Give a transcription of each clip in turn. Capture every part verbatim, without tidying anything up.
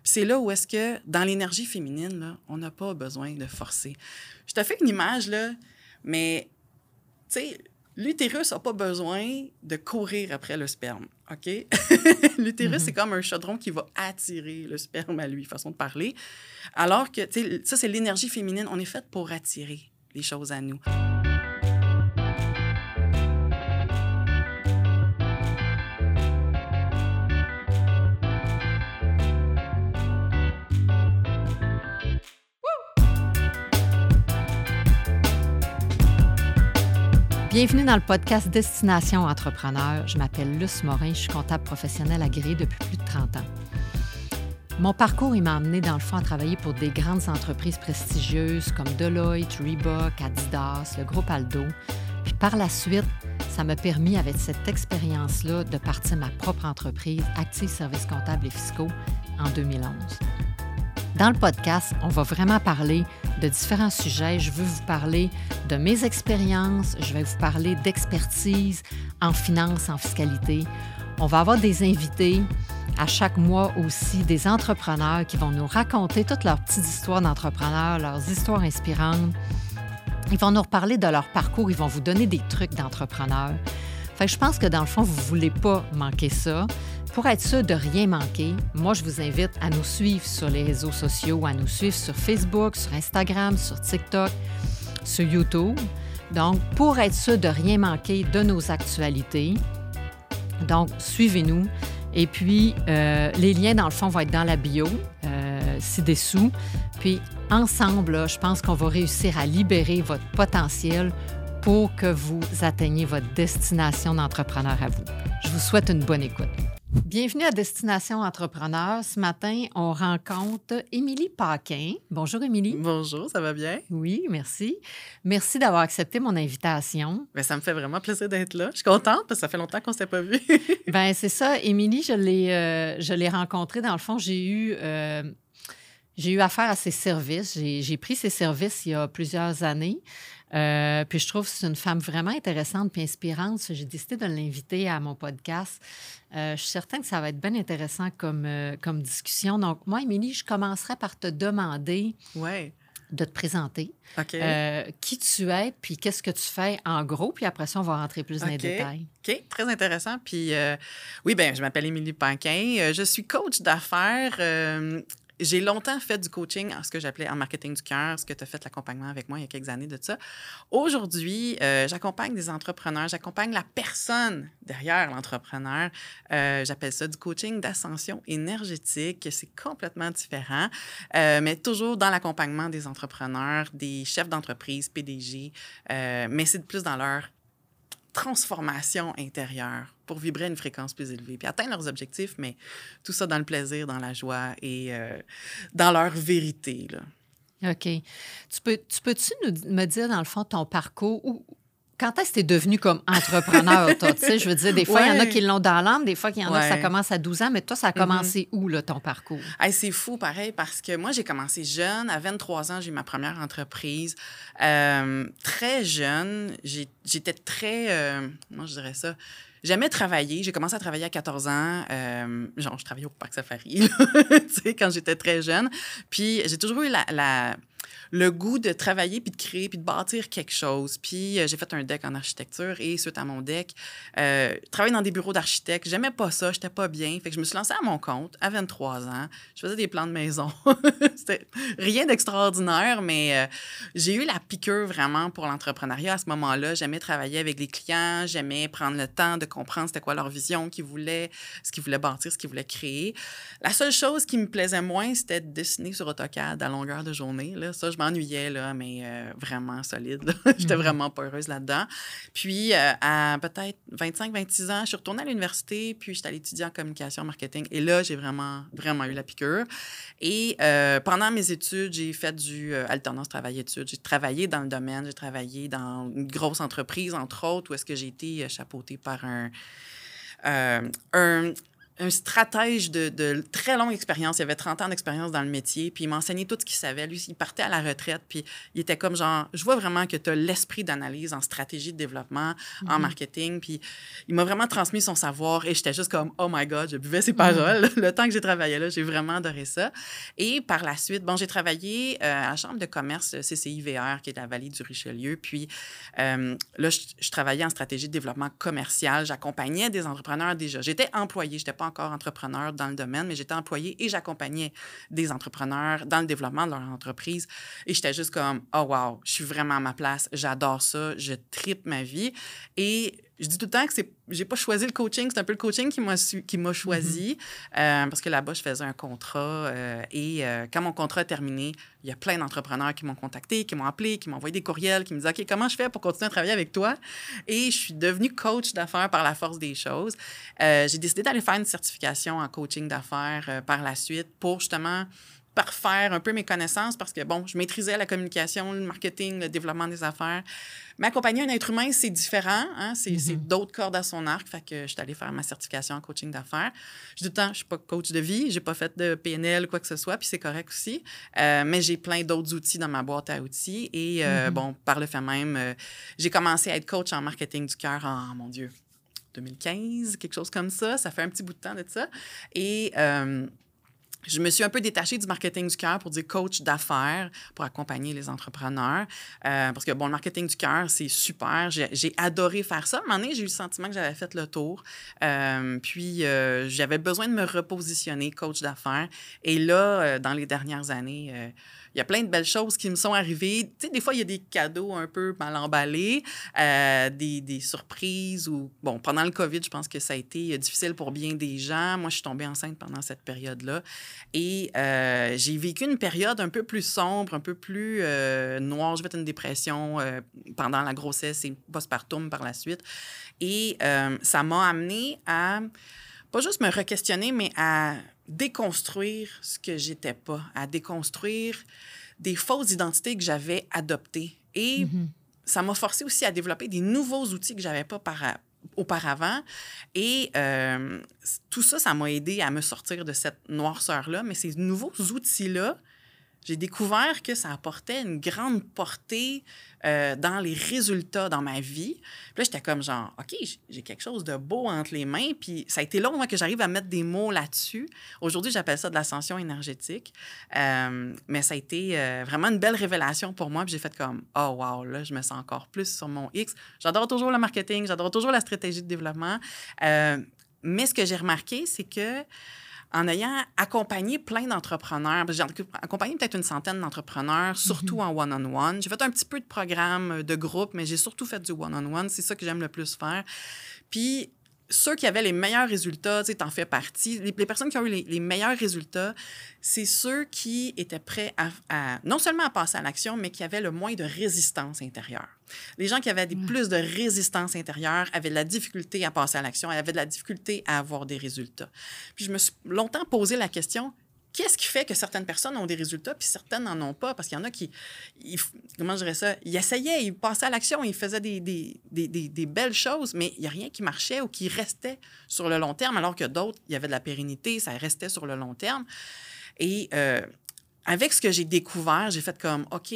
Puis c'est là où est-ce que, dans l'énergie féminine, là, on n'a pas besoin de forcer. Je te fais une image, là, mais, tu sais, l'utérus n'a pas besoin de courir après le sperme, OK? L'utérus, mm-hmm. c'est comme un chaudron qui va attirer le sperme à lui, façon de parler. Alors que, tu sais, ça, c'est l'énergie féminine. On est fait pour attirer les choses à nous. Bienvenue dans le podcast Destination Entrepreneur. Je m'appelle Luce Morin, je suis comptable professionnelle agréée depuis plus de trente ans. Mon parcours, il m'a amené dans le fond à travailler pour des grandes entreprises prestigieuses comme Deloitte, Reebok, Adidas, le groupe Aldo. Puis par la suite, ça m'a permis, avec cette expérience-là, de partir ma propre entreprise, Active Services comptables et fiscaux, en deux mille onze. Dans le podcast, on va vraiment parler de différents sujets. Je veux vous parler de mes expériences, je vais vous parler d'expertise en finance, en fiscalité. On va avoir des invités à chaque mois aussi, des entrepreneurs qui vont nous raconter toutes leurs petites histoires d'entrepreneurs, leurs histoires inspirantes. Ils vont nous reparler de leur parcours, ils vont vous donner des trucs d'entrepreneurs. Fait que je pense que dans le fond, vous ne voulez pas manquer ça. Pour être sûr de rien manquer, moi, je vous invite à nous suivre sur les réseaux sociaux, à nous suivre sur Facebook, sur Instagram, sur TikTok, sur YouTube. Donc, pour être sûr de rien manquer de nos actualités, donc, suivez-nous. Et puis, euh, les liens, dans le fond, vont être dans la bio, euh, ci-dessous. Puis, ensemble, là, je pense qu'on va réussir à libérer votre potentiel pour que vous atteigniez votre destination d'entrepreneur à vous. Je vous souhaite une bonne écoute. Bienvenue à Destination Entrepreneur. Ce matin, on rencontre Émilie Paquin. Bonjour, Émilie. Bonjour, ça va bien? Oui, merci. Merci d'avoir accepté mon invitation. Bien, ça me fait vraiment plaisir d'être là. Je suis contente parce que ça fait longtemps qu'on ne s'est pas vu. Bien, c'est ça. Émilie, je l'ai, euh, je l'ai rencontrée. Dans le fond, j'ai eu, euh, j'ai eu affaire à ses services. J'ai, j'ai pris ses services il y a plusieurs années. Euh, puis je trouve que c'est une femme vraiment intéressante et inspirante. J'ai décidé de l'inviter à mon podcast. Euh, je suis certaine que ça va être bien intéressant comme, euh, comme discussion. Donc, moi, Émilie, je commencerai par te demander ouais. de te présenter. OK. Euh, qui tu es, puis qu'est-ce que tu fais en gros. Puis après ça, on va rentrer plus dans okay. les détails. OK, très intéressant. Puis euh, oui, bien, je m'appelle Émilie Paquin. Euh, je suis coach d'affaires. Euh, J'ai longtemps fait du coaching en ce que j'appelais en marketing du cœur, ce que tu as fait l'accompagnement avec moi il y a quelques années de ça. Aujourd'hui, euh, j'accompagne des entrepreneurs, j'accompagne la personne derrière l'entrepreneur. Euh, j'appelle ça du coaching d'ascension énergétique. C'est complètement différent, euh, mais toujours dans l'accompagnement des entrepreneurs, des chefs d'entreprise, P D G, euh, mais c'est plus dans leur transformation intérieure pour vibrer à une fréquence plus élevée, puis atteindre leurs objectifs, mais tout ça dans le plaisir, dans la joie et euh, dans leur vérité, là. OK. Tu peux, tu peux-tu nous, me dire, dans le fond, ton parcours, ou quand est-ce que tu es devenu comme entrepreneur, toi? Tu sais, je veux dire, des fois, il ouais. y en a qui l'ont dans l'âme, des fois, il y en ouais. a que ça commence à douze ans, mais toi, ça a commencé mm-hmm. où, là, ton parcours? Hey, c'est fou, pareil, parce que moi, j'ai commencé jeune. À vingt-trois ans, j'ai eu ma première entreprise. Euh, très jeune, j'ai, j'étais très... Euh, comment je dirais ça? J'aimais travailler. J'ai commencé à travailler à quatorze ans. Euh, genre, je travaillais au Parc Safari, tu sais, quand j'étais très jeune. Puis, j'ai toujours eu la... la le goût de travailler, puis de créer, puis de bâtir quelque chose. Puis euh, j'ai fait un deck en architecture et suite à mon deck, euh, travailler dans des bureaux d'architectes, j'aimais pas ça, j'étais pas bien. Fait que je me suis lancée à mon compte à vingt-trois ans. Je faisais des plans de maison. C'était rien d'extraordinaire, mais euh, j'ai eu la piqûre vraiment pour l'entrepreneuriat à ce moment-là. J'aimais travailler avec les clients, j'aimais prendre le temps de comprendre c'était quoi leur vision, qu'ils voulaient, ce qu'ils voulaient bâtir, ce qu'ils voulaient créer. La seule chose qui me plaisait moins, c'était de dessiner sur AutoCAD à longueur de journée. Là. Ça, je m'ennuyais, là, mais euh, vraiment solide. Là. J'étais mm-hmm. vraiment pas heureuse là-dedans. Puis, euh, à peut-être vingt-cinq vingt-six ans, je suis retournée à l'université, puis j'étais allée étudier en communication marketing. Et là, j'ai vraiment, vraiment eu la piqûre. Et euh, pendant mes études, j'ai fait du euh, alternance travail-études. J'ai travaillé dans le domaine, j'ai travaillé dans une grosse entreprise, entre autres, où est-ce que j'ai été chapeautée par un... Euh, un un stratège de, de très longue expérience. Il avait trente ans d'expérience dans le métier, puis il m'enseignait tout ce qu'il savait. Lui, il partait à la retraite, puis il était comme genre, je vois vraiment que tu as l'esprit d'analyse en stratégie de développement, mm-hmm. en marketing, puis il m'a vraiment transmis son savoir et j'étais juste comme, oh my God, je buvais ses paroles. Mm-hmm. Le temps que j'ai travaillé là, j'ai vraiment adoré ça. Et par la suite, bon, j'ai travaillé euh, à la Chambre de commerce C C I V R, qui est de la vallée du Richelieu, puis euh, là, je, je travaillais en stratégie de développement commercial. J'accompagnais des entrepreneurs déjà. J'étais employée, j'étais pas encore entrepreneur dans le domaine, mais j'étais employée et j'accompagnais des entrepreneurs dans le développement de leur entreprise. Et j'étais juste comme, oh wow, je suis vraiment à ma place, j'adore ça, je tripe ma vie. Et je dis tout le temps que c'est, j'ai pas choisi le coaching, c'est un peu le coaching qui m'a, su, qui m'a choisi mm-hmm. euh, parce que là-bas, je faisais un contrat euh, et euh, quand mon contrat est terminé, il y a plein d'entrepreneurs qui m'ont contacté, qui m'ont appelé, qui m'ont envoyé des courriels, qui me disaient, OK, comment je fais pour continuer à travailler avec toi? Et je suis devenue coach d'affaires par la force des choses. Euh, j'ai décidé d'aller faire une certification en coaching d'affaires euh, par la suite pour justement parfaire un peu mes connaissances parce que, bon, je maîtrisais la communication, le marketing, le développement des affaires. M'accompagner un être humain, c'est différent. Hein? C'est, mm-hmm. c'est d'autres cordes à son arc. Fait que je suis allée faire ma certification en coaching d'affaires. Je dis tout le temps, je ne suis pas coach de vie. Je n'ai pas fait de P N L ou quoi que ce soit, puis c'est correct aussi. Euh, mais j'ai plein d'autres outils dans ma boîte à outils. Et, euh, mm-hmm. bon, par le fait même, euh, j'ai commencé à être coach en marketing du cœur en, mon Dieu, deux mille quinze, quelque chose comme ça. Ça fait un petit bout de temps de ça. Et... Euh, je me suis un peu détachée du marketing du cœur pour dire coach d'affaires, pour accompagner les entrepreneurs. Euh, parce que, bon, le marketing du cœur, c'est super. J'ai, j'ai adoré faire ça. À un moment donné, j'ai eu le sentiment que j'avais fait le tour. Euh, puis, euh, j'avais besoin de me repositionner coach d'affaires. Et là, euh, dans les dernières années, euh, il y a plein de belles choses qui me sont arrivées. Tu sais, des fois, il y a des cadeaux un peu mal emballés, euh, des, des surprises ou... Bon, pendant le COVID, je pense que ça a été difficile pour bien des gens. Moi, je suis tombée enceinte pendant cette période-là. Et euh, j'ai vécu une période un peu plus sombre, un peu plus euh, noire. J'ai fait une dépression euh, pendant la grossesse et postpartum par la suite. Et euh, ça m'a amenée à, pas juste me re-questionner, mais à déconstruire ce que j'étais pas, à déconstruire des fausses identités que j'avais adoptées. Et mm-hmm. ça m'a forcé aussi à développer des nouveaux outils que j'avais pas par auparavant. Et euh, tout ça, ça m'a aidé à me sortir de cette noirceur-là. Mais ces nouveaux outils-là, j'ai découvert que ça apportait une grande portée euh, dans les résultats dans ma vie. Puis là, j'étais comme genre, OK, j'ai quelque chose de beau entre les mains. Puis ça a été long moi, que j'arrive à mettre des mots là-dessus. Aujourd'hui, j'appelle ça de l'ascension énergétique. Euh, mais ça a été euh, vraiment une belle révélation pour moi. Puis j'ai fait comme, oh wow, là, je me sens encore plus sur mon X. J'adore toujours le marketing, j'adore toujours la stratégie de développement. Euh, mais ce que j'ai remarqué, c'est que en ayant accompagné plein d'entrepreneurs, j'ai accompagné peut-être une centaine d'entrepreneurs, surtout mm-hmm. en one-on-one. J'ai fait un petit peu de programmes de groupe, mais j'ai surtout fait du one-on-one. C'est ça que j'aime le plus faire. Puis, ceux qui avaient les meilleurs résultats, tu sais, t'en fais partie. Les, les personnes qui ont eu les, les meilleurs résultats, c'est ceux qui étaient prêts à, à, non seulement à passer à l'action, mais qui avaient le moins de résistance intérieure. Les gens qui avaient des, mmh. plus de résistance intérieure avaient de la difficulté à passer à l'action, avaient de la difficulté à avoir des résultats. Puis je me suis longtemps posé la question, qu'est-ce qui fait que certaines personnes ont des résultats puis certaines n'en ont pas? Parce qu'il y en a qui, ils, comment je dirais ça, ils essayaient, ils passaient à l'action, ils faisaient des, des, des, des, des belles choses, mais il n'y a rien qui marchait ou qui restait sur le long terme, alors que d'autres, il y avait de la pérennité, ça restait sur le long terme. Et euh, avec ce que j'ai découvert, j'ai fait comme, OK,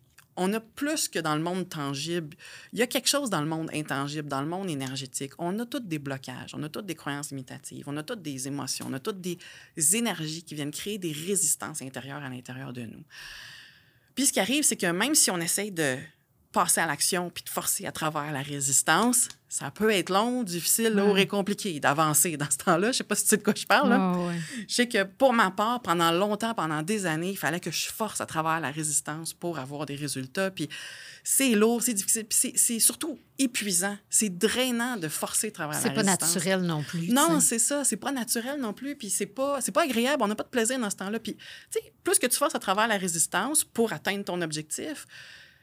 on a plus que dans le monde tangible. Il y a quelque chose dans le monde intangible, dans le monde énergétique. On a tous des blocages, on a toutes des croyances limitatives, on a toutes des émotions, on a toutes des énergies qui viennent créer des résistances intérieures à l'intérieur de nous. Puis ce qui arrive, c'est que même si on essaye de passer à l'action puis de forcer à travers la résistance, ça peut être long, difficile, lourd et compliqué d'avancer dans ce temps-là. Je ne sais pas si tu sais de quoi je parle. Là. Oh, ouais. Je sais que pour ma part, pendant longtemps, pendant des années, il fallait que je force à travers la résistance pour avoir des résultats. Puis c'est lourd, c'est difficile, puis c'est, c'est surtout épuisant. C'est drainant de forcer à travers c'est la résistance. C'est pas naturel non plus. Non, t'sais. c'est ça. C'est pas naturel non plus. Puis c'est pas, c'est pas agréable. On n'a pas de plaisir dans ce temps-là. Puis, tu sais, plus que tu forces à travers la résistance pour atteindre ton objectif,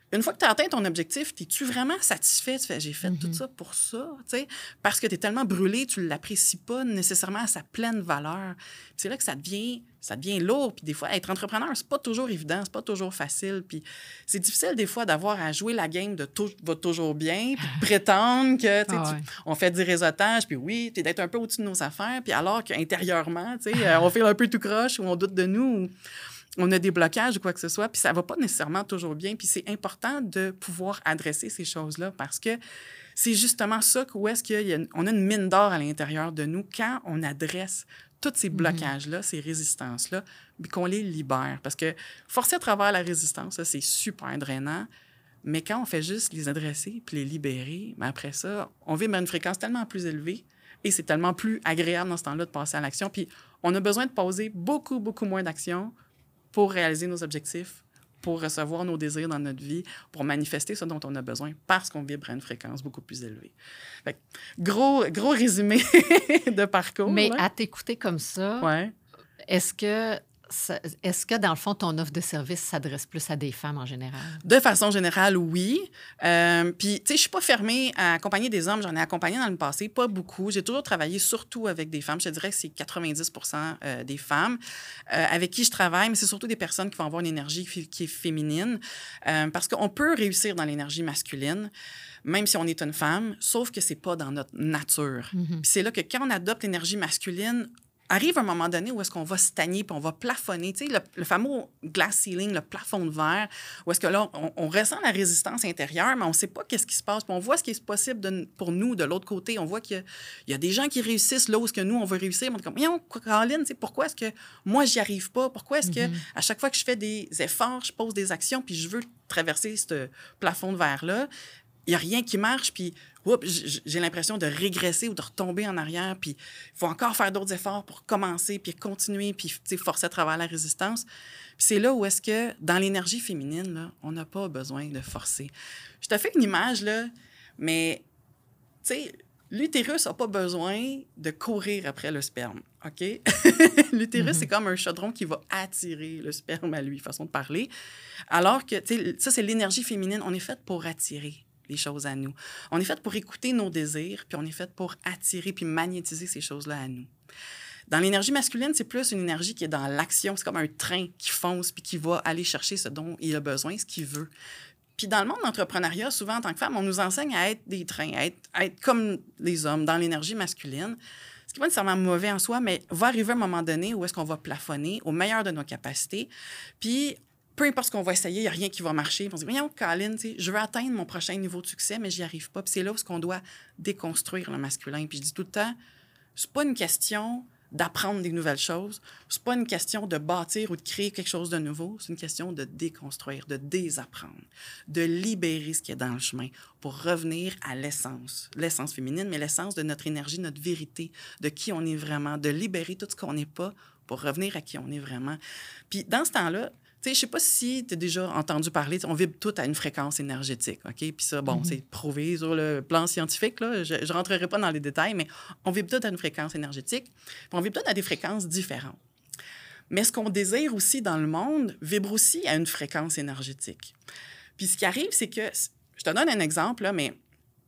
une fois que tu as atteint ton objectif, es-tu vraiment satisfait? Tu fais, j'ai fait mm-hmm. tout ça pour ça, tu sais, parce que tu es tellement brûlé, tu ne l'apprécies pas nécessairement à sa pleine valeur. Puis c'est là que ça devient, ça devient lourd. Puis des fois, être entrepreneur, c'est pas toujours évident, c'est pas toujours facile. Puis c'est difficile des fois d'avoir à jouer la game de tout va toujours bien, puis de prétendre que, tu sais, ah ouais. on fait du réseautage, puis oui, puis d'être un peu au-dessus de nos affaires, puis alors qu'intérieurement, tu sais, on fait un peu tout croche, ou on doute de nous, ou on a des blocages ou quoi que ce soit, puis ça va pas nécessairement toujours bien. Puis c'est important de pouvoir adresser ces choses-là parce que c'est justement ça où est-ce qu'on a, a une mine d'or à l'intérieur de nous quand on adresse tous ces blocages-là, mm-hmm. ces résistances-là, puis qu'on les libère. Parce que forcer à travers la résistance, ça, c'est super drainant, mais quand on fait juste les adresser puis les libérer, bien après ça, on vibre à une fréquence tellement plus élevée et c'est tellement plus agréable dans ce temps-là de passer à l'action. Puis on a besoin de poser beaucoup, beaucoup moins d'actions pour réaliser nos objectifs, pour recevoir nos désirs dans notre vie, pour manifester ce dont on a besoin parce qu'on vibre à une fréquence beaucoup plus élevée. Fait que, gros, gros résumé de parcours. Mais ouais. à t'écouter comme ça, ouais. est-ce que, ça, est-ce que, dans le fond, ton offre de service s'adresse plus à des femmes en général? De façon générale, oui. Euh, Puis, tu sais, je suis pas fermée à accompagner des hommes. J'en ai accompagné dans le passé, pas beaucoup. J'ai toujours travaillé surtout avec des femmes. Je te dirais que c'est quatre-vingt-dix pour cent euh, des femmes euh, avec qui je travaille, mais c'est surtout des personnes qui vont avoir une énergie qui est féminine. Euh, parce qu'on peut réussir dans l'énergie masculine, même si on est une femme, sauf que c'est pas dans notre nature. Mm-hmm. Puis c'est là que quand on adopte l'énergie masculine, arrive un moment donné où est-ce qu'on va stagner puis on va plafonner. Tu sais, le, le fameux glass ceiling, le plafond de verre, où est-ce que là, on, on ressent la résistance intérieure, mais on ne sait pas qu'est-ce qui se passe. Puis on voit ce qui est possible de, pour nous de l'autre côté. On voit qu'il y a, il y a des gens qui réussissent là où est-ce que nous, on veut réussir. On est comme, voyons, Caroline, tu sais, pourquoi est-ce que moi, j'y arrive pas? Pourquoi est-ce mm-hmm. que à chaque fois que je fais des efforts, je pose des actions, puis je veux traverser ce plafond de verre-là, il n'y a rien qui marche, puis oups, j'ai l'impression de régresser ou de retomber en arrière, puis il faut encore faire d'autres efforts pour commencer, puis continuer, puis forcer à travers la résistance. Puis c'est là où est-ce que, dans l'énergie féminine, là, on n'a pas besoin de forcer. Je te fais une image, là, mais, tu sais, l'utérus n'a pas besoin de courir après le sperme, OK? L'utérus, mm-hmm. c'est comme un chaudron qui va attirer le sperme à lui, façon de parler. Alors que, tu sais, ça, c'est l'énergie féminine. On est fait pour attirer les choses à nous. On est fait pour écouter nos désirs, puis on est fait pour attirer puis magnétiser ces choses-là à nous. Dans l'énergie masculine, c'est plus une énergie qui est dans l'action. C'est comme un train qui fonce puis qui va aller chercher ce dont il a besoin, ce qu'il veut. Puis dans le monde de l'entrepreneuriat, souvent, en tant que femme, on nous enseigne à être des trains, à être, à être comme les hommes dans l'énergie masculine. Ce qui n'est pas nécessairement mauvais en soi, mais va arriver un moment donné où est-ce qu'on va plafonner au meilleur de nos capacités. Puis peu importe ce qu'on va essayer, il n'y a rien qui va marcher. On se dit, voyons, Caroline, je veux atteindre mon prochain niveau de succès, mais je n'y arrive pas. Puis c'est là où on doit déconstruire le masculin. Puis je dis tout le temps, c'est pas une question d'apprendre des nouvelles choses. C'est pas une question de bâtir ou de créer quelque chose de nouveau. C'est une question de déconstruire, de désapprendre, de libérer ce qui est dans le chemin pour revenir à l'essence, l'essence féminine, mais l'essence de notre énergie, notre vérité, de qui on est vraiment, de libérer tout ce qu'on n'est pas pour revenir à qui on est vraiment. Puis dans ce temps-là, tu sais, je sais pas si tu as déjà entendu parler, on vibre tout à une fréquence énergétique, OK? Puis ça, bon, mm-hmm. c'est prouvé sur le plan scientifique, là. Je ne rentrerai pas dans les détails, mais on vibre tout à une fréquence énergétique. Puis on vibre tout à des fréquences différentes. Mais ce qu'on désire aussi dans le monde vibre aussi à une fréquence énergétique. Puis ce qui arrive, c'est que, je te donne un exemple, là, mais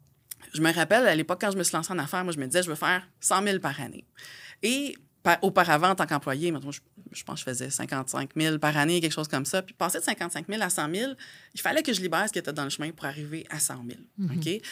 je me rappelle, à l'époque, quand je me suis lancée en affaires, moi, je me disais, je veux faire cent mille par année. Et auparavant, en tant qu'employé, maintenant, je, je pense que je faisais cinquante-cinq mille par année, quelque chose comme ça. Puis passer de cinquante-cinq mille à cent mille, il fallait que je libère ce qui était dans le chemin pour arriver à cent mille. Mm-hmm. OK?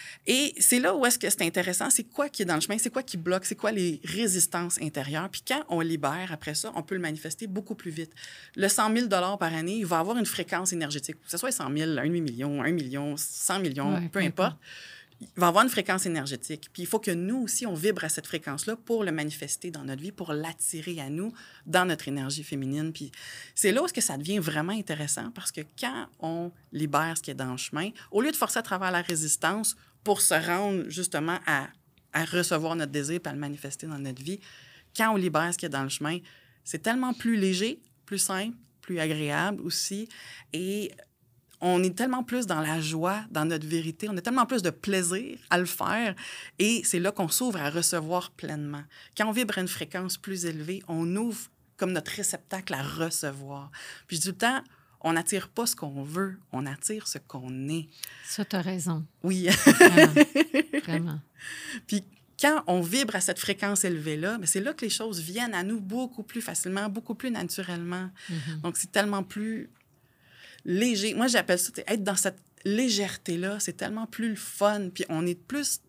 Et c'est là où est-ce que c'est intéressant. C'est quoi qui est dans le chemin? C'est quoi qui bloque? C'est quoi les résistances intérieures? Puis quand on libère, après ça, on peut le manifester beaucoup plus vite. Le cent mille dollars par année, il va avoir une fréquence énergétique. Que ce soit cent mille, un demi-million, un million, cent millions, ouais, peu importe. Il va avoir une fréquence énergétique. Puis il faut que nous aussi, on vibre à cette fréquence-là pour le manifester dans notre vie, pour l'attirer à nous dans notre énergie féminine. Puis c'est là où ça devient vraiment intéressant parce que quand on libère ce qui est dans le chemin, au lieu de forcer à travers la résistance pour se rendre justement à, à recevoir notre désir et à le manifester dans notre vie, quand on libère ce qui est dans le chemin, c'est tellement plus léger, plus simple, plus agréable aussi. Et on est tellement plus dans la joie, dans notre vérité. On a tellement plus de plaisir à le faire. Et c'est là qu'on s'ouvre à recevoir pleinement. Quand on vibre à une fréquence plus élevée, on ouvre comme notre réceptacle à recevoir. Puis je dis tout le temps, on n'attire pas ce qu'on veut, on attire ce qu'on est. Ça, tu as raison. Oui. Vraiment. Vraiment. Puis quand on vibre à cette fréquence élevée-là, bien, c'est là que les choses viennent à nous beaucoup plus facilement, beaucoup plus naturellement. Mm-hmm. Donc, c'est tellement plus léger. Moi, j'appelle ça, être dans cette légèreté-là, c'est tellement plus le fun. Puis on est plus...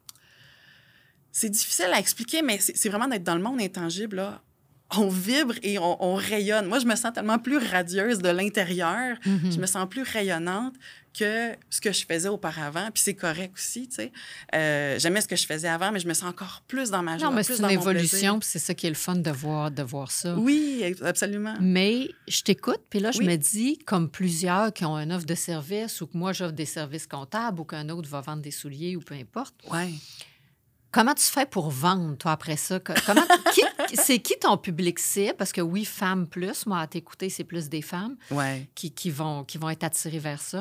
C'est difficile à expliquer, mais c'est, c'est vraiment d'être dans le monde intangible, là. On vibre et on, on rayonne. Moi, je me sens tellement plus radieuse de l'intérieur. Mm-hmm. Je me sens plus rayonnante que ce que je faisais auparavant. Puis c'est correct aussi, tu sais. Euh, j'aimais ce que je faisais avant, mais je me sens encore plus dans ma joie, non, mais plus c'est dans une mon évolution, puis c'est ça qui est le fun de voir, de voir ça. Oui, absolument. Mais je t'écoute, puis là, je oui. me dis, comme plusieurs qui ont une offre de service ou que moi, j'offre des services comptables ou qu'un autre va vendre des souliers ou peu importe. Oui. Comment tu fais pour vendre, toi, après ça? Comment, qui, c'est qui ton public cible? Parce que oui, femmes plus. Moi, à t'écouter, c'est plus des femmes ouais. qui, qui, vont, qui vont être attirées vers ça.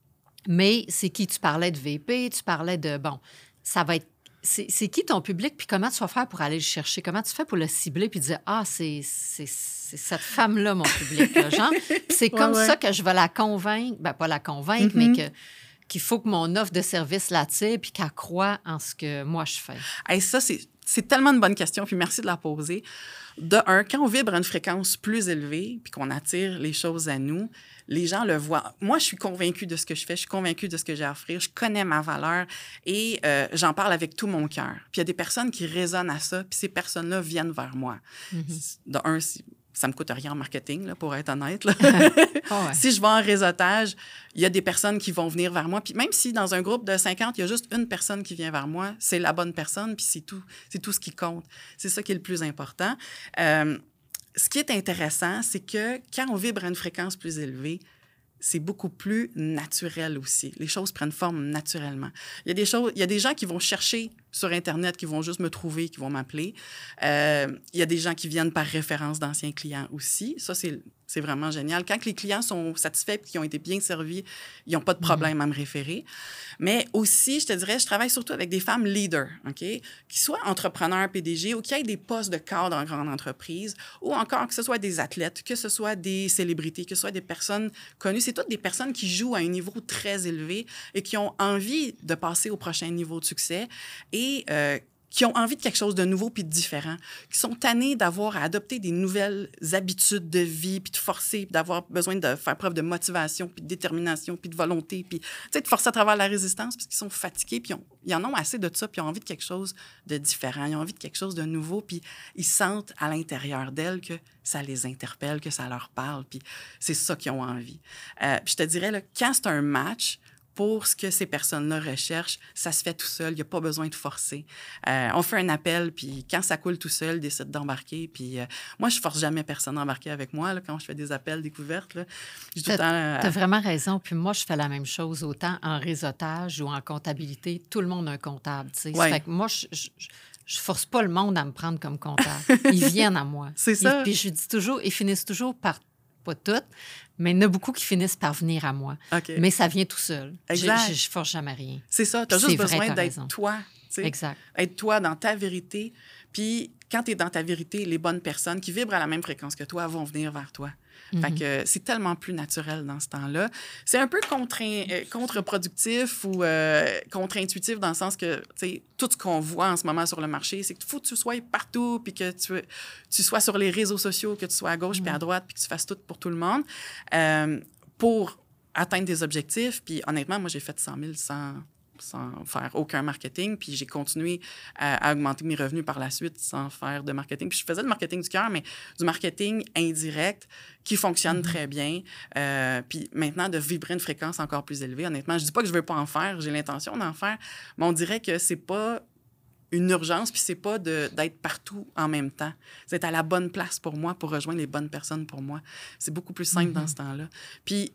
Mais c'est qui? Tu parlais de V P, tu parlais de... Bon, ça va être... C'est, c'est qui ton public? Puis comment tu vas faire pour aller le chercher? Comment tu fais pour le cibler puis dire, ah, c'est, c'est, c'est cette femme-là, mon public, là, genre? Puis c'est comme ouais, ouais. ça que je vais la convaincre. Ben, pas la convaincre, mm-hmm. mais que... qu'il faut que mon offre de service l'attire puis qu'elle croit en ce que moi, je fais? Hey, ça, c'est, c'est tellement une bonne question, puis merci de la poser. De un, quand on vibre à une fréquence plus élevée puis qu'on attire les choses à nous, les gens le voient. Moi, je suis convaincue de ce que je fais, je suis convaincue de ce que j'ai à offrir, je connais ma valeur et euh, j'en parle avec tout mon cœur. Puis il y a des personnes qui résonnent à ça, puis ces personnes-là viennent vers moi. Mm-hmm. De un, si... ça me coûte rien en marketing, là, pour être honnête. Là. oh ouais. Si je vais en réseautage, il y a des personnes qui vont venir vers moi. Puis même si dans un groupe de cinquante, il y a juste une personne qui vient vers moi, c'est la bonne personne, puis c'est tout, c'est tout ce qui compte. C'est ça qui est le plus important. Euh, ce qui est intéressant, c'est que quand on vibre à une fréquence plus élevée, c'est beaucoup plus naturel aussi. Les choses prennent forme naturellement. Il y a des choses, il y a des gens qui vont chercher sur Internet, qui vont juste me trouver, qui vont m'appeler. Euh, il y a des gens qui viennent par référence d'anciens clients aussi. Ça, c'est, c'est vraiment génial. Quand les clients sont satisfaits et qu'ils ont été bien servis, ils n'ont pas de problème mm-hmm. à me référer. Mais aussi, je te dirais, je travaille surtout avec des femmes leaders, OK? Qui soient entrepreneurs, P D G, ou qui aient des postes de cadre en grande entreprise, ou encore que ce soit des athlètes, que ce soit des célébrités, que ce soit des personnes connues. C'est toutes des personnes qui jouent à un niveau très élevé et qui ont envie de passer au prochain niveau de succès et euh, qui ont envie de quelque chose de nouveau puis de différent, qui sont tannés d'avoir à adopter des nouvelles habitudes de vie puis de forcer, puis d'avoir besoin de faire preuve de motivation puis de détermination puis de volonté, puis tu sais, de forcer à travers la résistance parce qu'ils sont fatigués puis ont, ils en ont assez de ça puis ils ont envie de quelque chose de différent, ils ont envie de quelque chose de nouveau puis ils sentent à l'intérieur d'elles que ça les interpelle, que ça leur parle puis c'est ça qu'ils ont envie. Euh, puis je te dirais, là, quand c'est un match, pour ce que ces personnes-là recherchent, ça se fait tout seul. Il n'y a pas besoin de forcer. Euh, on fait un appel, puis quand ça coule tout seul, ils décident d'embarquer. Puis euh, moi, je ne force jamais personne à embarquer avec moi là, quand je fais des appels découvertes. Là. Tu as euh... vraiment raison. Puis moi, je fais la même chose, autant en réseautage ou en comptabilité. Tout le monde a un comptable. Tu sais. Ouais. Fait que moi, je... je... Je force pas le monde à me prendre comme comptable. Ils viennent à moi. C'est ça. Ils, puis je dis toujours, ils finissent toujours par, pas toutes, mais il y en a beaucoup qui finissent par venir à moi. Okay. Mais ça vient tout seul. Exact. Je ne force jamais rien. C'est ça. Tu as juste besoin vrai, d'être raison. Toi. T'sais. Exact. Être toi dans ta vérité. Puis quand tu es dans ta vérité, les bonnes personnes qui vibrent à la même fréquence que toi vont venir vers toi. Mm-hmm. Fait que c'est tellement plus naturel dans ce temps-là. C'est un peu contre- contre-productif ou euh, contre-intuitif dans le sens que, tu sais, tout ce qu'on voit en ce moment sur le marché, c'est qu'il faut que tu sois partout, puis que tu, tu sois sur les réseaux sociaux, que tu sois à gauche mm-hmm. puis à droite, puis que tu fasses tout pour tout le monde, euh, pour atteindre des objectifs. Puis honnêtement, moi, j'ai fait cent mille sans... sans faire aucun marketing, puis j'ai continué à, à augmenter mes revenus par la suite sans faire de marketing. Puis je faisais du marketing du cœur, mais du marketing indirect qui fonctionne mm-hmm. très bien. Euh, puis maintenant, de vibrer une fréquence encore plus élevée, honnêtement, je dis pas que je veux pas en faire, j'ai l'intention d'en faire, mais on dirait que c'est pas une urgence, puis c'est pas de, d'être partout en même temps. C'est être à la bonne place pour moi, pour rejoindre les bonnes personnes pour moi. C'est beaucoup plus simple mm-hmm. dans ce temps-là. Puis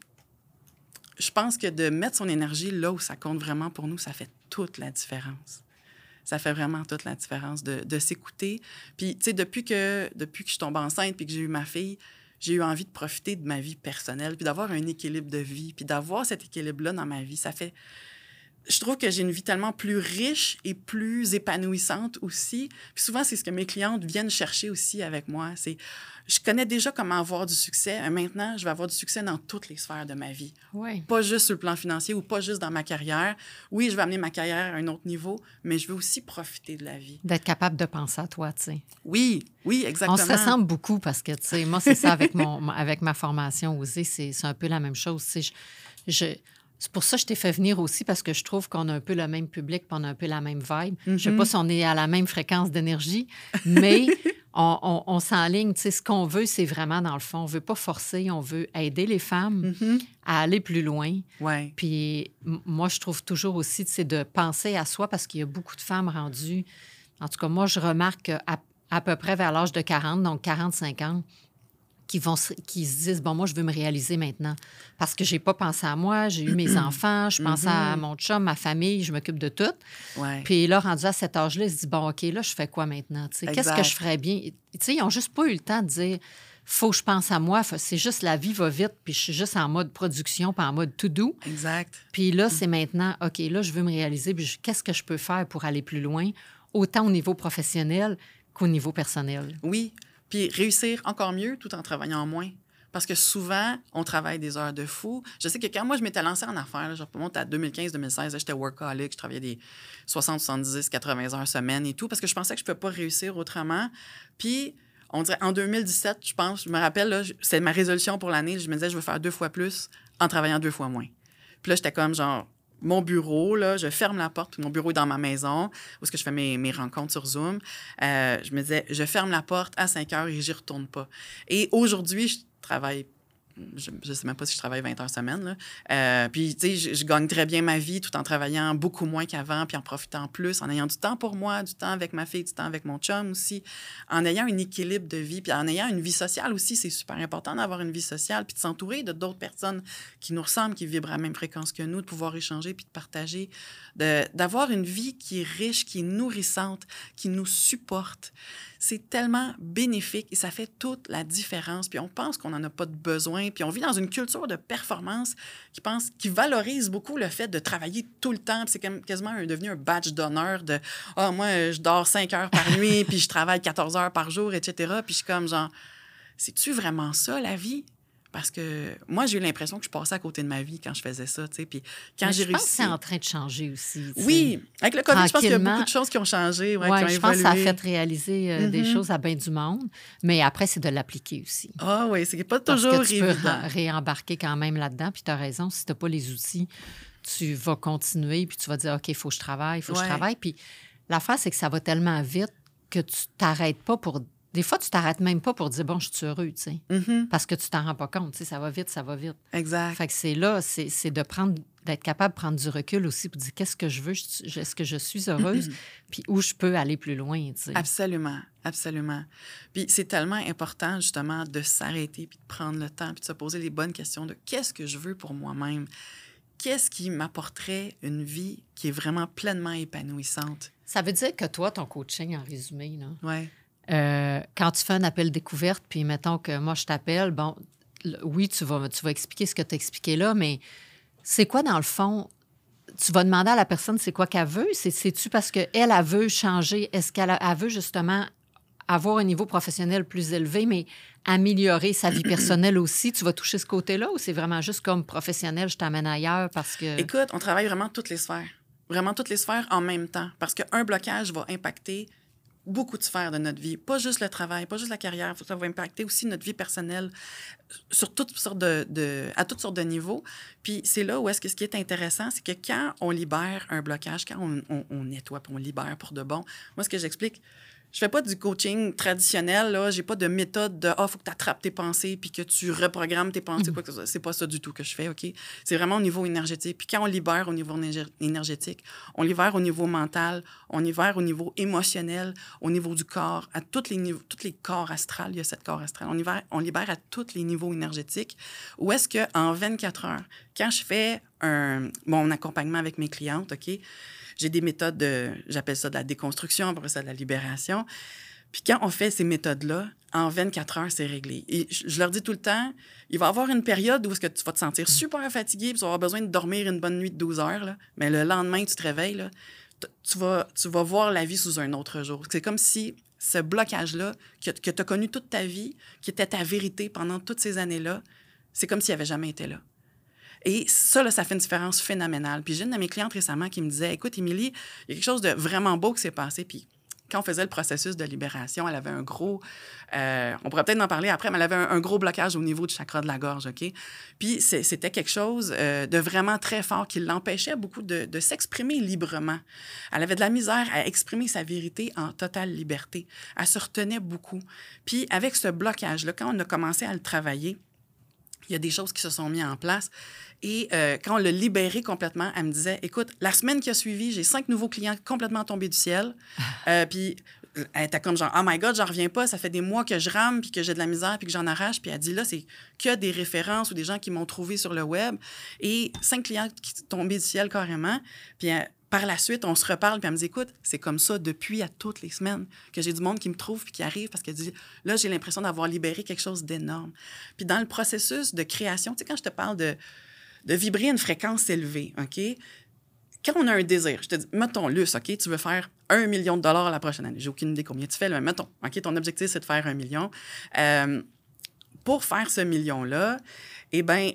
je pense que de mettre son énergie là où ça compte vraiment pour nous, ça fait toute la différence. Ça fait vraiment toute la différence de, de s'écouter. Puis, tu sais, depuis que, depuis que je suis tombée enceinte puis que j'ai eu ma fille, j'ai eu envie de profiter de ma vie personnelle puis d'avoir un équilibre de vie puis d'avoir cet équilibre-là dans ma vie. Ça fait... je trouve que j'ai une vie tellement plus riche et plus épanouissante aussi. Puis souvent, c'est ce que mes clientes viennent chercher aussi avec moi. C'est, je connais déjà comment avoir du succès. Maintenant, je vais avoir du succès dans toutes les sphères de ma vie. Oui. Pas juste sur le plan financier ou pas juste dans ma carrière. Oui, je vais amener ma carrière à un autre niveau, mais je veux aussi profiter de la vie. D'être capable de penser à toi, tu sais. Oui, oui, exactement. On se ressemble beaucoup parce que, tu sais, moi, c'est ça avec, mon, avec ma formation Oser, c'est, c'est un peu la même chose. Tu sais, je... je C'est pour ça que je t'ai fait venir aussi, parce que je trouve qu'on a un peu le même public puis on a un peu la même vibe. Mm-hmm. Je ne sais pas si on est à la même fréquence d'énergie, mais on, on, on s'enligne. Tu sais, ce qu'on veut, c'est vraiment, dans le fond, on ne veut pas forcer, on veut aider les femmes mm-hmm. à aller plus loin. Ouais. Puis m- moi, je trouve toujours aussi, tu sais, de penser à soi, parce qu'il y a beaucoup de femmes rendues. En tout cas, moi, je remarque qu'à à peu près vers l'âge de quarante, donc quarante-cinq ans, qui, vont, qui se disent, bon, moi, je veux me réaliser maintenant parce que j'ai pas pensé à moi, j'ai eu mes enfants, je pense mm-hmm. à mon chum, ma famille, je m'occupe de tout. Ouais. Puis là, rendu à cet âge-là, ils se disent, bon, OK, là, je fais quoi maintenant? T'sais, qu'est-ce que je ferais bien? T'sais, ils n'ont juste pas eu le temps de dire, faut que je pense à moi. C'est juste la vie va vite, puis je suis juste en mode production, puis en mode to-do. Exact. Puis là, c'est maintenant, OK, là, je veux me réaliser, puis je, qu'est-ce que je peux faire pour aller plus loin, autant au niveau professionnel qu'au niveau personnel? Oui. Puis réussir encore mieux tout en travaillant moins. Parce que souvent, on travaille des heures de fou. Je sais que quand moi, je m'étais lancée en affaires, là, je remonte à deux mille quinze deux mille seize, là, j'étais workaholic, je travaillais des soixante, soixante-dix, quatre-vingts heures semaine et tout, parce que je pensais que je ne pouvais pas réussir autrement. Puis, on dirait, en deux mille dix-sept, je pense, je me rappelle, là, c'est ma résolution pour l'année, je me disais, je veux faire deux fois plus en travaillant deux fois moins. Puis là, j'étais comme genre... Mon bureau, là, je ferme la porte, puis mon bureau est dans ma maison, où est-ce que je fais mes, mes rencontres sur Zoom. Euh, je me disais, je ferme la porte à cinq heures et j'y retourne pas. Et aujourd'hui, je travaille, je ne sais même pas si je travaille vingt heures semaine, là. Euh, puis, tu sais, je, je gagne très bien ma vie tout en travaillant beaucoup moins qu'avant, puis en profitant plus, en ayant du temps pour moi, du temps avec ma fille, du temps avec mon chum aussi, en ayant un équilibre de vie, puis en ayant une vie sociale aussi. C'est super important d'avoir une vie sociale, puis de s'entourer de d'autres personnes qui nous ressemblent, qui vibrent à la même fréquence que nous, de pouvoir échanger, puis de partager, de, d'avoir une vie qui est riche, qui est nourrissante, qui nous supporte. C'est tellement bénéfique et ça fait toute la différence. Puis on pense qu'on n'en a pas de besoin. Puis on vit dans une culture de performance qui pense, qui valorise beaucoup le fait de travailler tout le temps. Puis c'est comme quasiment un, devenu un badge d'honneur de « Ah, oh, moi, je dors cinq heures par nuit, puis je travaille quatorze heures par jour, et cetera » Puis je suis comme genre, c'est-tu vraiment ça, la vie? Parce que moi, j'ai eu l'impression que je passais à côté de ma vie quand je faisais ça, tu sais. Puis quand Mais j'ai je réussi... pense que c'est en train de changer aussi. Oui, avec le COVID, je pense qu'il y a beaucoup de choses qui ont changé, ouais, ouais, qui ont je évolué. pense que ça a fait réaliser euh, mm-hmm. des choses à bien du monde. Mais après, c'est de l'appliquer aussi. Ah oui, c'est pas toujours Parce que tu évident. peux ré- réembarquer quand même là-dedans. Puis tu as raison, si tu n'as pas les outils, tu vas continuer, puis tu vas dire, OK, il faut que je travaille, il faut que ouais. je travaille. Puis l'affaire, c'est que ça va tellement vite que tu t'arrêtes pas pour... Des fois, tu t'arrêtes même pas pour dire, bon, je suis heureux, tu sais. Mm-hmm. Parce que tu t'en rends pas compte, tu sais, ça va vite, ça va vite. Exact. Fait que c'est là, c'est, c'est de prendre, d'être capable de prendre du recul aussi pour dire, qu'est-ce que je veux, est-ce que je suis heureuse, puis où je peux aller plus loin, tu sais. Absolument, absolument. Puis c'est tellement important, justement, de s'arrêter, puis de prendre le temps, puis de se poser les bonnes questions de qu'est-ce que je veux pour moi-même? Qu'est-ce qui m'apporterait une vie qui est vraiment pleinement épanouissante? Ça veut dire que toi, ton coaching, en résumé, là... Oui. Euh, quand tu fais un appel découverte, puis mettons que moi, je t'appelle, bon, oui, tu vas, tu vas expliquer ce que tu as expliqué là, mais c'est quoi, dans le fond, tu vas demander à la personne c'est quoi qu'elle veut? C'est, c'est-tu parce qu'elle, elle veut changer? Est-ce qu'elle a, elle veut justement avoir un niveau professionnel plus élevé, mais améliorer sa vie personnelle aussi? Tu vas toucher ce côté-là ou c'est vraiment juste comme professionnel, je t'amène ailleurs parce que... Écoute, on travaille vraiment toutes les sphères. Vraiment toutes les sphères en même temps. Parce qu'un blocage va impacter beaucoup de sphères de notre vie. Pas juste le travail, pas juste la carrière. Ça va impacter aussi notre vie personnelle sur toutes sortes de, de, à toutes sortes de niveaux. Puis c'est là où est-ce que ce qui est intéressant, c'est que quand on libère un blocage, quand on, on, on nettoie puis on libère pour de bon, moi, ce que j'explique, je fais pas du coaching traditionnel, là. J'ai pas de méthode de « Ah, il faut que tu attrapes tes pensées puis que tu reprogrammes tes pensées. » quoi que ce soit. C'est pas ça du tout que je fais, OK? C'est vraiment au niveau énergétique. Puis quand on libère au niveau énergétique, on libère au niveau mental, on libère au niveau émotionnel, au niveau du corps, à tous les niveaux, tous les corps astrales, il y a sept corps astrales. On libère, on libère à tous les niveaux énergétiques. Où est-ce qu'en vingt-quatre heures, quand je fais un, mon accompagnement avec mes clientes, OK? J'ai des méthodes de, j'appelle ça de la déconstruction, après ça de la libération. Puis quand on fait ces méthodes-là, en vingt-quatre heures, c'est réglé. Et je, je leur dis tout le temps, il va y avoir une période où est-ce que tu vas te sentir super fatigué, puis tu vas avoir besoin de dormir une bonne nuit de douze heures, là. Mais le lendemain, tu te réveilles, là, tu vas, tu vas voir la vie sous un autre jour. C'est comme si ce blocage-là, que, que tu as connu toute ta vie, qui était ta vérité pendant toutes ces années-là, c'est comme s'il n'avait jamais été là. Et ça, là, ça fait une différence phénoménale. Puis j'ai une de mes clientes récemment qui me disait, « Écoute, Émilie, il y a quelque chose de vraiment beau qui s'est passé. » Puis quand on faisait le processus de libération, elle avait un gros... Euh, on pourrait peut-être en parler après, mais elle avait un, un gros blocage au niveau du chakra de la gorge, OK? Puis c'est, c'était quelque chose euh, de vraiment très fort qui l'empêchait beaucoup de, de s'exprimer librement. Elle avait de la misère à exprimer sa vérité en totale liberté. Elle se retenait beaucoup. Puis avec ce blocage-là, quand on a commencé à le travailler, il y a des choses qui se sont mises en place. Et euh, quand on l'a libéré complètement, elle me disait, écoute, la semaine qui a suivi, j'ai cinq nouveaux clients complètement tombés du ciel. Euh, puis elle était comme genre, oh my God, j'en reviens pas, ça fait des mois que je rame, puis que j'ai de la misère, puis que j'en arrache. Puis elle dit, là, c'est que des références ou des gens qui m'ont trouvé sur le web. Et cinq clients qui sont tombés du ciel carrément. Puis elle, par la suite, on se reparle, puis elle me dit, écoute, c'est comme ça depuis à toutes les semaines que j'ai du monde qui me trouve puis qui arrive parce qu'elle dit, là, j'ai l'impression d'avoir libéré quelque chose d'énorme. Puis dans le processus de création, tu sais, quand je te parle de, de vibrer à une fréquence élevée, OK? Quand on a un désir, je te dis, mettons, Luce, OK, tu veux faire un million de dollars la prochaine année. J'ai aucune idée combien tu fais, là, mais mettons, OK, ton objectif, c'est de faire un million. Euh, pour faire ce million-là, eh bien,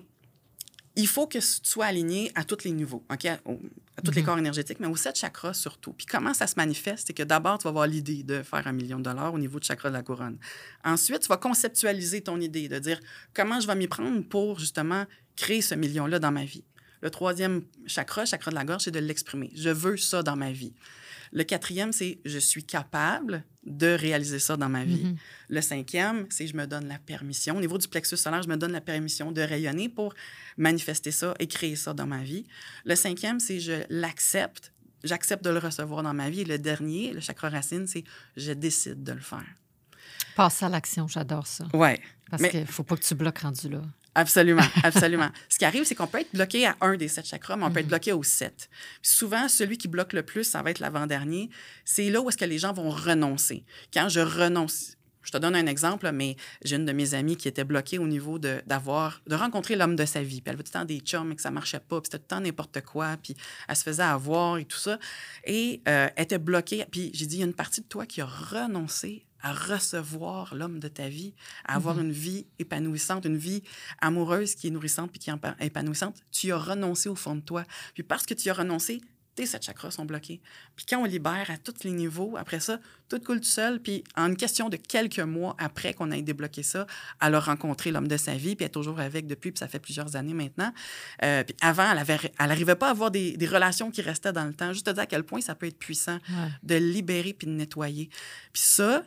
il faut que tu sois aligné à tous les niveaux, OK? À, à tous mm-hmm. les corps énergétiques, mais aux sept chakras surtout. Puis comment ça se manifeste? C'est que d'abord, tu vas avoir l'idée de faire un million de dollars au niveau du chakra de la couronne. Ensuite, tu vas conceptualiser ton idée, de dire comment je vais m'y prendre pour, justement, créer ce million-là dans ma vie. Le troisième chakra, chakra de la gorge, c'est de l'exprimer. Je veux ça dans ma vie. Le quatrième, c'est je suis capable de réaliser ça dans ma vie. Mm-hmm. Le cinquième, c'est je me donne la permission. Au niveau du plexus solaire, je me donne la permission de rayonner pour manifester ça et créer ça dans ma vie. Le cinquième, c'est je l'accepte. J'accepte de le recevoir dans ma vie. Et le dernier, le chakra racine, c'est je décide de le faire. Passer à l'action, j'adore ça. Oui. Parce qu'il ne faut pas que tu bloques rendu là. Absolument, absolument. Ce qui arrive, c'est qu'on peut être bloqué à un des sept chakras, mais on mm-hmm. peut être bloqué aux sept. Puis souvent, celui qui bloque le plus, ça va être l'avant-dernier. C'est là où est-ce que les gens vont renoncer. Quand je renonce, je te donne un exemple, mais j'ai une de mes amies qui était bloquée au niveau de, d'avoir, de rencontrer l'homme de sa vie. Puis elle avait tout le temps des chums et que ça marchait pas, puis c'était tout le temps n'importe quoi, puis elle se faisait avoir et tout ça. Et euh, elle était bloquée. Puis j'ai dit, il y a une partie de toi qui a renoncé à recevoir l'homme de ta vie, à avoir mm-hmm. une vie épanouissante, une vie amoureuse qui est nourrissante puis qui est épanouissante. Tu as renoncé au fond de toi. Puis parce que tu as renoncé, tes sept chakras sont bloqués. Puis quand on libère à tous les niveaux, après ça, tout coule tout seul. Puis en une question de quelques mois après qu'on ait débloqué ça, elle a rencontré l'homme de sa vie, puis elle est toujours avec depuis, puis ça fait plusieurs années maintenant. Euh, puis avant, elle n'arrivait pas à avoir des, des relations qui restaient dans le temps. Juste te dire à quel point ça peut être puissant ouais. de libérer puis de nettoyer. Puis ça...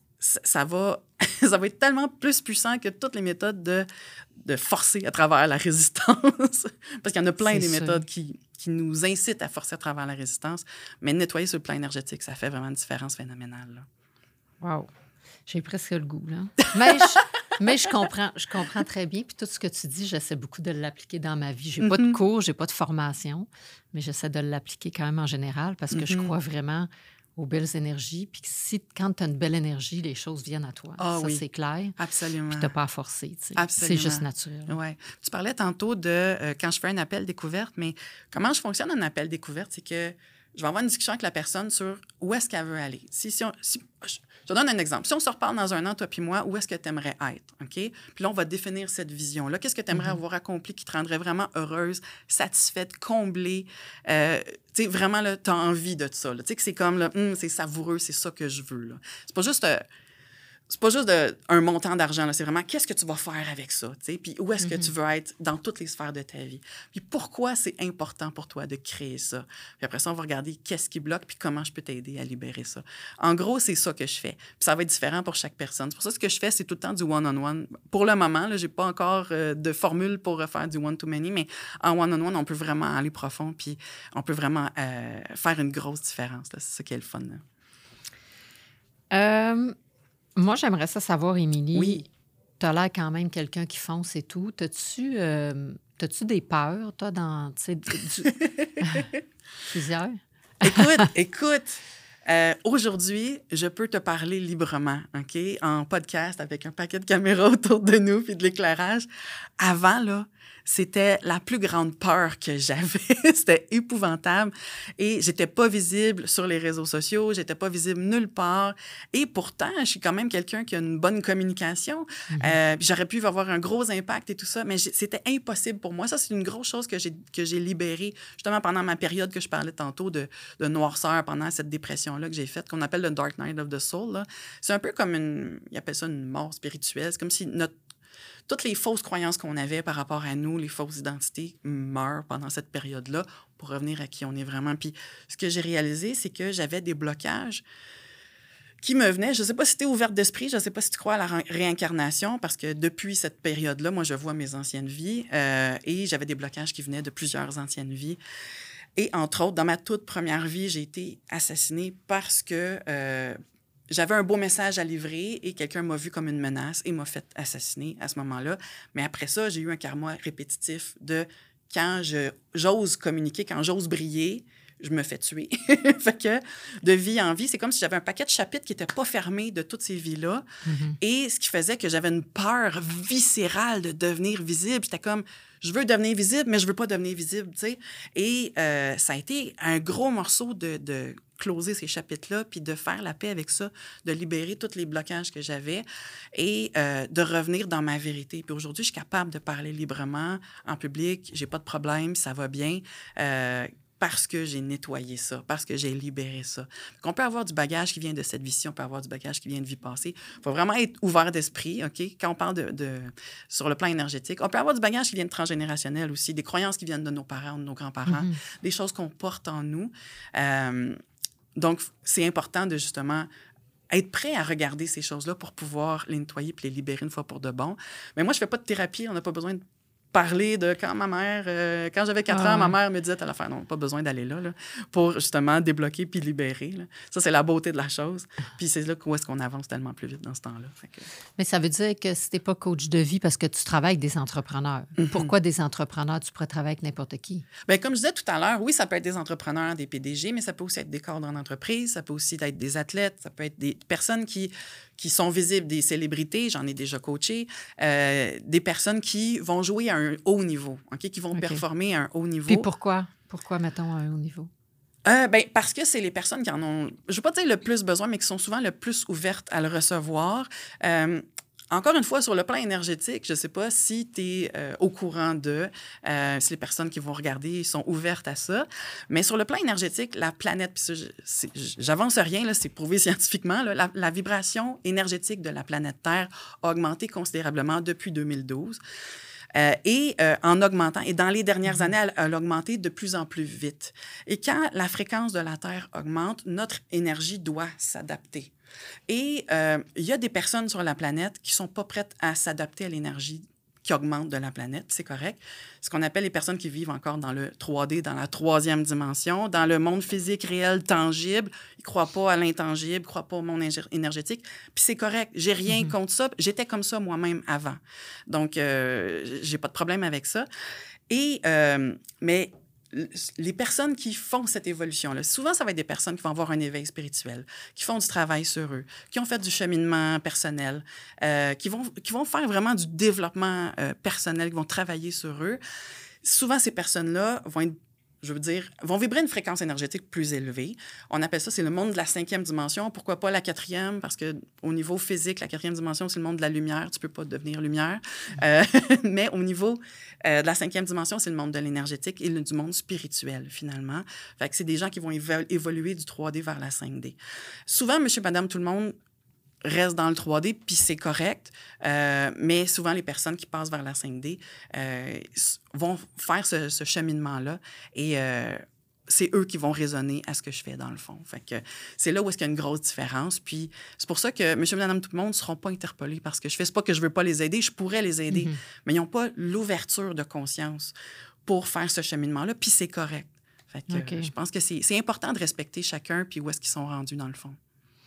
ça va, ça va être tellement plus puissant que toutes les méthodes de, de forcer à travers la résistance. Parce qu'il y en a plein C'est des sûr. méthodes qui, qui nous incitent à forcer à travers la résistance. Mais nettoyer sur le plan énergétique, ça fait vraiment une différence phénoménale. Wow! J'ai presque le goût, là. Mais je, mais je comprends, je comprends très bien. Puis tout ce que tu dis, j'essaie beaucoup de l'appliquer dans ma vie. J'ai mm-hmm. pas de cours, j'ai pas de formation, mais j'essaie de l'appliquer quand même en général parce que mm-hmm. je crois vraiment aux belles énergies, puis si, quand tu as une belle énergie, les choses viennent à toi. Oh, ça, oui. c'est clair. Absolument. Puis tu n'as pas à forcer. Absolument. C'est juste naturel. Ouais. Tu parlais tantôt de euh, quand je fais un appel découverte, mais comment je fonctionne un appel découverte, c'est que je vais avoir une discussion avec la personne sur où est-ce qu'elle veut aller. Si, si on, si, je, je te donne un exemple. Si on se reparle dans un an, toi puis moi, où est-ce que tu aimerais être? OK? Puis là, on va définir cette vision-là. Qu'est-ce que tu aimerais mm-hmm. avoir accompli qui te rendrait vraiment heureuse, satisfaite, comblée? Euh, tu sais, vraiment, tu as envie de ça. Tu sais, que c'est comme, là, hum, c'est savoureux, c'est ça que je veux. Là. C'est pas juste... Euh, C'est pas juste de, un montant d'argent, là. C'est vraiment qu'est-ce que tu vas faire avec ça, tu sais, puis où est-ce mm-hmm. que tu veux être dans toutes les sphères de ta vie. Puis pourquoi c'est important pour toi de créer ça. Puis après ça, on va regarder qu'est-ce qui bloque, puis comment je peux t'aider à libérer ça. En gros, c'est ça que je fais. Puis ça va être différent pour chaque personne. C'est pour ça que ce que je fais, c'est tout le temps du one-on-one. Pour le moment, là, j'ai pas encore euh, de formule pour faire du one-to-many, mais en one-on-one, on peut vraiment aller profond, puis on peut vraiment euh, faire une grosse différence. Là. C'est ça qui est le fun. Là. Euh... Moi, j'aimerais ça savoir, Émilie. Oui. Tu as l'air quand même quelqu'un qui fonce et tout. T'as-tu, euh, t'as-tu des peurs, toi, dans... Du... Plusieurs? écoute, écoute. Euh, aujourd'hui, je peux te parler librement, OK, en podcast avec un paquet de caméras autour de nous puis de l'éclairage. Avant, là, c'était la plus grande peur que j'avais. C'était épouvantable. Et j'étais pas visible sur les réseaux sociaux, j'étais pas visible nulle part. Et pourtant, je suis quand même quelqu'un qui a une bonne communication. Mm-hmm. Euh, j'aurais pu avoir un gros impact et tout ça, mais c'était impossible pour moi. Ça, c'est une grosse chose que j'ai, que j'ai libérée, justement, pendant ma période que je parlais tantôt de, de noirceur, pendant cette dépression-là que j'ai faite, qu'on appelle le Dark Night of the Soul. Là. C'est un peu comme une... Ils appellent ça une mort spirituelle. C'est comme si notre toutes les fausses croyances qu'on avait par rapport à nous, les fausses identités, meurent pendant cette période-là pour revenir à qui on est vraiment. Puis ce que j'ai réalisé, c'est que j'avais des blocages qui me venaient. Je ne sais pas si tu es ouverte d'esprit, je ne sais pas si tu crois à la ré- réincarnation, parce que depuis cette période-là, moi, je vois mes anciennes vies euh, et j'avais des blocages qui venaient de plusieurs anciennes vies. Et entre autres, dans ma toute première vie, j'ai été assassinée parce que... Euh, J'avais un beau message à livrer et quelqu'un m'a vu comme une menace et m'a fait assassiner à ce moment-là. Mais après ça, j'ai eu un karma répétitif de quand je, j'ose communiquer, quand j'ose briller, je me fais tuer. Fait que de vie en vie, c'est comme si j'avais un paquet de chapitres qui n'étaient pas fermés de toutes ces vies-là. Mm-hmm. Et ce qui faisait que j'avais une peur viscérale de devenir visible. J'étais comme, je veux devenir visible, mais je veux pas devenir visible, tu sais. Et euh, ça a été un gros morceau de... de closer ces chapitres-là, puis de faire la paix avec ça, de libérer tous les blocages que j'avais et euh, de revenir dans ma vérité. Puis aujourd'hui, je suis capable de parler librement en public, j'ai pas de problème, ça va bien, euh, parce que j'ai nettoyé ça, parce que j'ai libéré ça. On peut avoir du bagage qui vient de cette vie-ci, on peut avoir du bagage qui vient de vie passée. Il faut vraiment être ouvert d'esprit, OK? Quand on parle de, de... sur le plan énergétique, on peut avoir du bagage qui vient de transgénérationnel aussi, des croyances qui viennent de nos parents, de nos grands-parents, mm-hmm. des choses qu'on porte en nous. Euh, Donc, c'est important de, justement, être prêt à regarder ces choses-là pour pouvoir les nettoyer puis les libérer une fois pour de bon. Mais moi, je ne fais pas de thérapie. On n'a pas besoin de parler de quand ma mère... Euh, quand j'avais quatre ah, ans, ouais. ma mère me disait telle affaire. Non, pas besoin d'aller là, là pour, justement, débloquer puis libérer. Là. Ça, c'est la beauté de la chose. Puis c'est là où est-ce qu'on avance tellement plus vite dans ce temps-là. Fait que... Mais ça veut dire que si tu n'es pas coach de vie parce que tu travailles avec des entrepreneurs, mm-hmm. pourquoi des entrepreneurs? Tu pourrais travailler avec n'importe qui. Bien, comme je disais tout à l'heure, oui, ça peut être des entrepreneurs, des P D G, mais ça peut aussi être des cadres en entreprise, ça peut aussi être des athlètes, ça peut être des personnes qui... qui sont visibles, des célébrités, j'en ai déjà coaché, euh, des personnes qui vont jouer à un haut niveau, okay, qui vont okay. performer à un haut niveau. Puis pourquoi? Pourquoi, mettons, à un haut niveau? Euh, ben, parce que c'est les personnes qui en ont, je ne veux pas dire le plus besoin, mais qui sont souvent le plus ouvertes à le recevoir. Euh, Encore une fois, sur le plan énergétique, je ne sais pas si tu es euh, au courant de, euh, si les personnes qui vont regarder sont ouvertes à ça, mais sur le plan énergétique, la planète, puis ça, j'avance rien, là, c'est prouvé scientifiquement, là, la, la vibration énergétique de la planète Terre a augmenté considérablement depuis deux mille douze. Euh, et euh, en augmentant, et dans les dernières années, elle, elle a augmenté de plus en plus vite. Et quand la fréquence de la Terre augmente, notre énergie doit s'adapter. Et euh, il y a des personnes sur la planète qui ne sont pas prêtes à s'adapter à l'énergie qui augmente de la planète, c'est correct. Ce qu'on appelle les personnes qui vivent encore dans le trois D, dans la troisième dimension, dans le monde physique réel, tangible. Ils ne croient pas à l'intangible, ils ne croient pas au monde énergétique. Puis c'est correct, j'ai rien mm-hmm. contre ça. J'étais comme ça moi-même avant. Donc, euh, j'ai pas de problème avec ça. Et, euh, mais... les personnes qui font cette évolution-là, souvent, ça va être des personnes qui vont avoir un éveil spirituel, qui font du travail sur eux, qui ont fait du cheminement personnel, euh, qui, vont, qui vont faire vraiment du développement euh, personnel, qui vont travailler sur eux. Souvent, ces personnes-là vont être, je veux dire, vont vibrer une fréquence énergétique plus élevée. On appelle ça, c'est le monde de la cinquième dimension. Pourquoi pas la quatrième? Parce qu'au niveau physique, la quatrième dimension, c'est le monde de la lumière. Tu peux pas devenir lumière. Euh, mais au niveau euh, de la cinquième dimension, c'est le monde de l'énergétique et le, du monde spirituel, finalement. Fait que c'est des gens qui vont évo- évoluer du trois D vers la cinq D. Souvent, monsieur, madame, tout le monde reste dans le trois D, puis c'est correct. Euh, mais souvent, les personnes qui passent vers la cinq D euh, vont faire ce, ce cheminement-là et euh, c'est eux qui vont raisonner à ce que je fais, dans le fond. Fait que c'est là où est-ce qu'il y a une grosse différence. Puis c'est pour ça que monsieur, madame, tout le monde ne seront pas interpellés parce que je fais. C'est pas que je veux pas les aider, je pourrais les aider, mm-hmm. mais ils n'ont pas l'ouverture de conscience pour faire ce cheminement-là, puis c'est correct. Fait que okay. je pense que c'est, c'est important de respecter chacun puis où est-ce qu'ils sont rendus, dans le fond.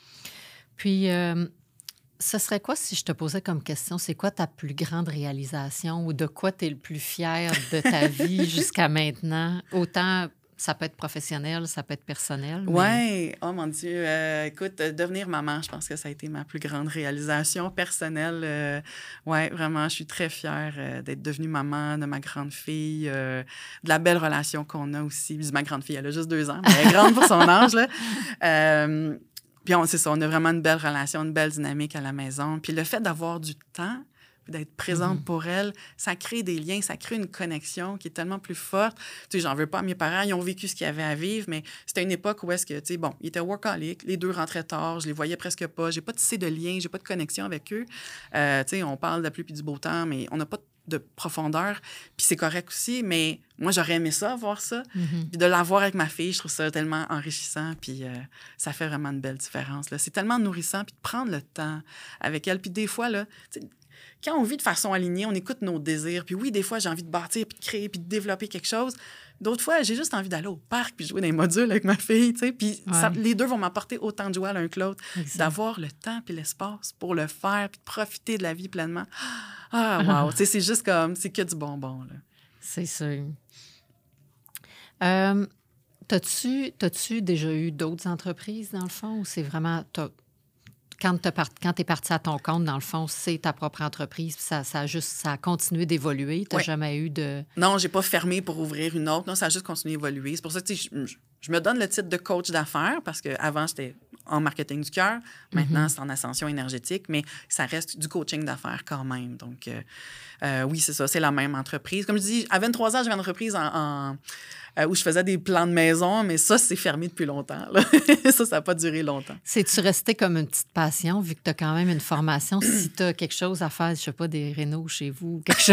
Puis, euh, ce serait quoi si je te posais comme question, c'est quoi ta plus grande réalisation ou de quoi tu es le plus fier de ta vie jusqu'à maintenant? Autant Ça peut être professionnel, ça peut être personnel. Oui, mais... oh mon Dieu. Euh, écoute, euh, devenir maman, je pense que ça a été ma plus grande réalisation personnelle. Euh, oui, vraiment, je suis très fière euh, d'être devenue maman de ma grande fille, euh, de la belle relation qu'on a aussi. Ma grande fille, elle a juste deux ans, mais elle est grande pour son âge, là. Euh, puis on, c'est ça, on a vraiment une belle relation, une belle dynamique à la maison. Puis le fait d'avoir du temps, d'être présente mm-hmm. pour elle, ça crée des liens, ça crée une connexion qui est tellement plus forte. Tu sais, j'en veux pas à mes parents, ils ont vécu ce qu'ils avaient à vivre, mais c'était une époque où est-ce que, tu sais, bon, ils étaient workaholics, les deux rentraient tard, je les voyais presque pas, j'ai pas tissé de lien, j'ai pas de connexion avec eux. Euh, tu sais, on parle de la pluie puis du beau temps, mais on n'a pas de profondeur, puis c'est correct aussi, mais moi, j'aurais aimé ça, voir ça. Mm-hmm. Puis de l'avoir avec ma fille, je trouve ça tellement enrichissant, puis euh, ça fait vraiment une belle différence, là. C'est tellement nourrissant, puis de prendre le temps avec elle. Puis des fois, là, tu sais, quand on vit de façon alignée, on écoute nos désirs. Puis oui, des fois, j'ai envie de bâtir, puis de créer, puis de développer quelque chose. D'autres fois, j'ai juste envie d'aller au parc, puis jouer dans les modules avec ma fille, tu sais. Puis ouais. ça, les deux vont m'apporter autant de joie l'un que l'autre. Exact. D'avoir le temps puis l'espace pour le faire, puis de profiter de la vie pleinement. Ah, wow! Tu sais, c'est juste comme, c'est que du bonbon, là. C'est sûr. Euh, t'as-tu, t'as-tu déjà eu d'autres entreprises, dans le fond, ou c'est vraiment... Quand tu es parti à ton compte, dans le fond, c'est ta propre entreprise, puis ça, ça, a juste, ça a continué d'évoluer. Tu n'as oui. jamais eu de... Non, j'ai pas fermé pour ouvrir une autre. Non, ça a juste continué d'évoluer. C'est pour ça que je, je me donne le titre de coach d'affaires, parce qu'avant, j'étais en marketing du cœur. Maintenant, mm-hmm. c'est en ascension énergétique, mais ça reste du coaching d'affaires quand même. Donc, euh, euh, oui, c'est ça, c'est la même entreprise. Comme je dis, à vingt-trois ans, j'avais une entreprise en... en Euh, où je faisais des plans de maison, mais ça, c'est fermé depuis longtemps. Là. ça, ça n'a pas duré longtemps. C'est-tu resté comme une petite passion, vu que tu as quand même une formation? Si tu as quelque chose à faire, je ne sais pas, des rénaux chez vous ou quelque chose...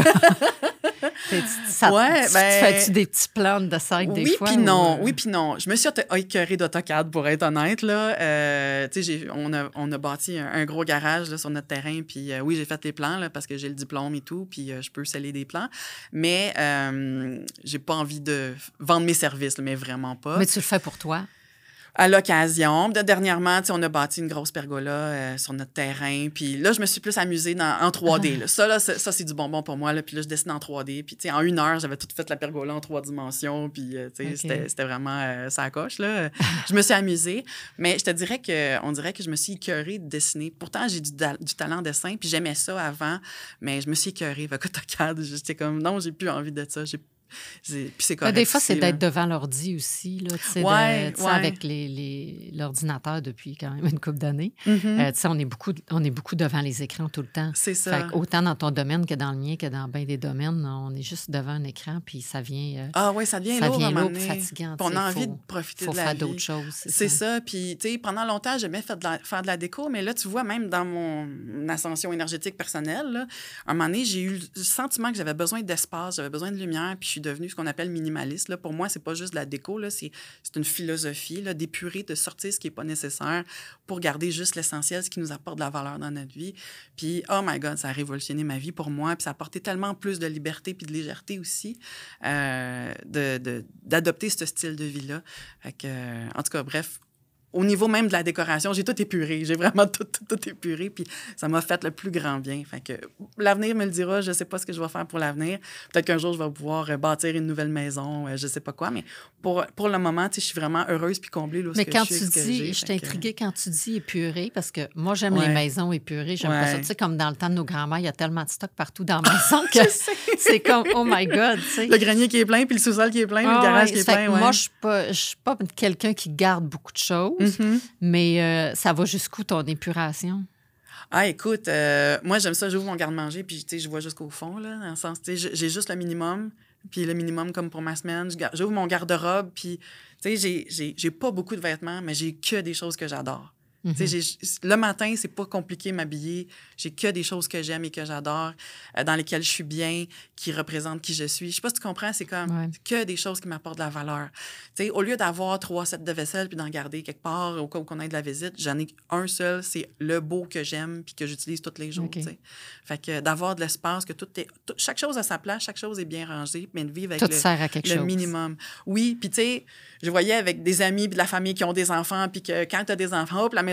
Ça, ouais, tu, ben... Fais-tu des petits plans de sac des oui, fois? Puis non, ou... Oui, puis non. Je me suis écœurée d'AutoCAD, pour être honnête. Là. Euh, j'ai, on, a, on a bâti un, un gros garage là, sur notre terrain. Puis euh, oui, j'ai fait les plans là, parce que j'ai le diplôme et tout. Puis euh, je peux sceller des plans. Mais euh, j'ai pas envie de vendre mes services, là, mais vraiment pas. Mais tu le fais pour toi? À l'occasion. De, dernièrement, on a bâti une grosse pergola euh, sur notre terrain. Puis là, je me suis plus amusée dans, en trois D. Là. Ça, là, ça, ça, c'est du bonbon pour moi. Là. Puis là, je dessine en trois D. Puis en une heure, j'avais tout fait la pergola en trois dimensions. Puis euh, okay. c'était, c'était vraiment euh, ça coche. Là. Je me suis amusée. Mais je te dirais que on dirait que je me suis écœurée de dessiner. Pourtant, j'ai du, du talent en dessin. Puis j'aimais ça avant. Mais je me suis écœurée avec AutoCAD. J'étais comme, non, j'ai plus envie de ça. J'ai C'est, puis c'est correct, des fois, aussi, c'est là. d'être devant l'ordi aussi, là, ouais, de, ouais. avec les, les, l'ordinateur depuis quand même une couple d'années. Mm-hmm. Euh, on, est beaucoup, on est beaucoup devant les écrans tout le temps. C'est ça. Fait autant dans ton domaine que dans le mien, que dans bien des domaines, on est juste devant un écran, puis ça vient... Euh, ah oui, ça devient ça lourd, vient à lourd, fatigant. On a envie faut, de profiter faut de la faire vie. d'autres choses. C'est, c'est ça. ça. Puis, tu sais, pendant longtemps, j'aimais faire de, la, faire de la déco, mais là, tu vois, même dans mon ascension énergétique personnelle, là, à un moment donné, j'ai eu le sentiment que j'avais besoin d'espace, j'avais besoin de lumière, puis je suis devenue ce qu'on appelle minimaliste. Là. Pour moi, c'est pas juste de la déco, là, c'est, c'est une philosophie là, d'épurer, de sortir ce qui n'est pas nécessaire pour garder juste l'essentiel, ce qui nous apporte de la valeur dans notre vie. Puis, oh my God, ça a révolutionné ma vie pour moi, puis ça a apporté tellement plus de liberté puis de légèreté aussi euh, de, de, d'adopter ce style de vie-là. Fait que, euh, en tout cas, bref, au niveau même de la décoration, j'ai tout épuré. J'ai vraiment tout, tout, tout épuré. Puis ça m'a fait le plus grand bien. Fait que l'avenir me le dira. Je ne sais pas ce que je vais faire pour l'avenir. Peut-être qu'un jour, je vais pouvoir bâtir une nouvelle maison. Je ne sais pas quoi. Mais pour, pour le moment, je suis vraiment heureuse puis comblée. Là, mais que quand je tu suis, dis, je suis intriguée que... quand tu dis épuré, parce que moi, j'aime ouais. les maisons épurées. J'aime ouais. pas ça. Tu sais, comme dans le temps de nos grands-mères, il y a tellement de stock partout dans la maison que c'est comme, oh my God. T'sais. Le grenier qui est plein, puis le sous-sol qui est plein, oh, le garage ouais. qui est plein. Ouais. Moi, je ne suis pas quelqu'un qui garde beaucoup de choses. Mm-hmm. Mais euh, ça va jusqu'où ton épuration? Ah, écoute, euh, moi, j'aime ça, j'ouvre mon garde-manger, puis, tu sais, je vois jusqu'au fond, là, dans le sens, tu sais, j'ai juste le minimum, puis le minimum comme pour ma semaine. J'ouvre mon garde-robe, puis, tu sais, j'ai, j'ai, j'ai pas beaucoup de vêtements, mais j'ai que des choses que j'adore. Mm-hmm. J'ai, le matin, c'est pas compliqué m'habiller. J'ai que des choses que j'aime et que j'adore, euh, dans lesquelles je suis bien, qui représentent qui je suis. Je sais pas si tu comprends, c'est comme ouais. que des choses qui m'apportent de la valeur. T'sais, au lieu d'avoir trois sets de vaisselle puis d'en garder quelque part au cas où on ait de la visite, j'en ai un seul, c'est le beau que j'aime puis que j'utilise tous les jours. Okay. Fait que d'avoir de l'espace, que tout est... Tout, chaque chose a sa place, chaque chose est bien rangée, mais de vivre avec tout le, sert à quelque le chose. minimum. Oui, puis tu sais, je voyais avec des amis puis de la famille qui ont des enfants, puis que quand tu as des enfants, hop, la maison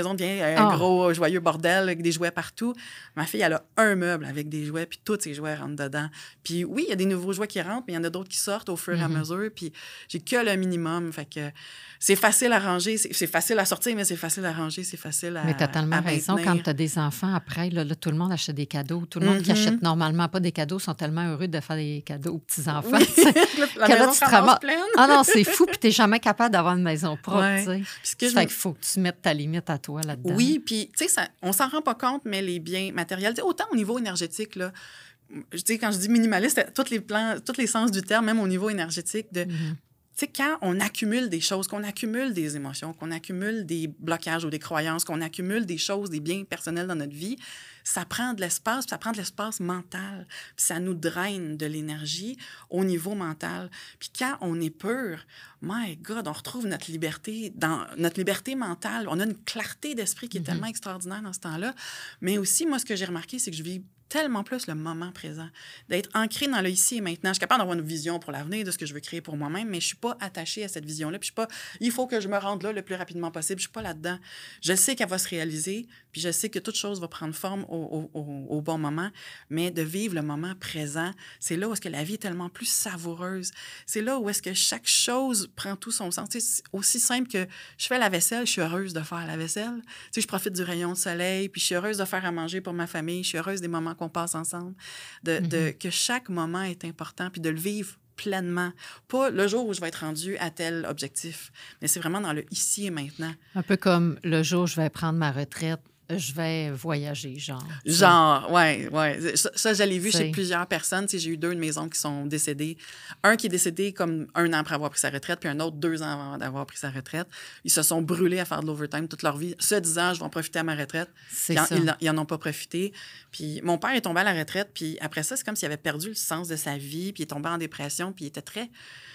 maison devient un Oh. gros, joyeux bordel avec des jouets partout. Ma fille, elle a un meuble avec des jouets, puis tous ses jouets rentrent dedans. Puis oui, il y a des nouveaux jouets qui rentrent, mais il y en a d'autres qui sortent au fur et à Mhm. mesure. Puis j'ai que le minimum. Fait que c'est facile à ranger, c'est, c'est facile à sortir, mais c'est facile à ranger, c'est facile à Mais tu as tellement à raison. maintenir. Quand tu as des enfants, après, là, là, tout le monde achète des cadeaux. Tout le monde qui Mhm. achète normalement pas des cadeaux sont tellement heureux de faire des cadeaux aux petits-enfants. Oui. tu sais. La Que là, maison tu se te ramasse ramasses- pleine. Ah non, c'est fou, puis tu n'es jamais capable d'avoir une maison propre. Ouais. tu sais. Puis ce que Ça je fait me- qu'il faut que tu mettes ta limite à toi là-dedans. Oui, puis, tu sais, ça- on s'en rend pas compte, mais les biens matériels, tu sais, autant au niveau énergétique, là, je dis, quand je dis minimaliste, à tous les plans, tous les sens du terme, même au niveau énergétique, de, Mhm. tu sais, quand on accumule des choses, qu'on accumule des émotions, qu'on accumule des blocages ou des croyances, qu'on accumule des choses, des biens personnels dans notre vie, ça prend de l'espace, puis ça prend de l'espace mental. Puis ça nous draine de l'énergie au niveau mental. Puis quand on est pur, my God, on retrouve notre liberté, dans notre liberté mentale. On a une clarté d'esprit qui est Mhm. tellement extraordinaire dans ce temps-là. Mais aussi, moi, ce que j'ai remarqué, c'est que je vis tellement plus le moment présent, d'être ancré dans le ici et maintenant. Je suis capable d'avoir une vision pour l'avenir de ce que je veux créer pour moi-même, mais je suis pas attachée à cette vision-là. Puis je suis pas, il faut que je me rende là le plus rapidement possible. Je suis pas là-dedans. Je sais qu'elle va se réaliser, puis je sais que toute chose va prendre forme au, au, au, au bon moment, mais de vivre le moment présent, c'est là où est-ce que la vie est tellement plus savoureuse. C'est là où est-ce que chaque chose prend tout son sens. Tu sais, c'est aussi simple que je fais la vaisselle, je suis heureuse de faire la vaisselle. Tu sais, je profite du rayon de soleil, puis je suis heureuse de faire à manger pour ma famille, je suis heureuse des moments qu'on passe ensemble, de, Mhm. de, que chaque moment est important, puis de le vivre pleinement. Pas le jour où je vais être rendue à tel objectif, mais c'est vraiment dans le ici et maintenant. Un peu comme le jour où je vais prendre ma retraite, je vais voyager, genre. tu sais. Genre, ouais, ouais. Ça, ça, je l'ai vu C'est- chez plusieurs personnes. Tu sais, j'ai eu deux de mes oncles qui sont décédés. Un qui est décédé comme un an après avoir pris sa retraite, puis un autre deux ans avant d'avoir pris sa retraite. Ils se sont brûlés à faire de l'overtime toute leur vie, se disant, je vais en profiter à ma retraite. C'est Ils en- ça. Ils, ils en ont pas profité. Puis mon père est tombé à la retraite, puis après ça, c'est comme s'il avait perdu le sens de sa vie, puis il est tombé en dépression, puis il était très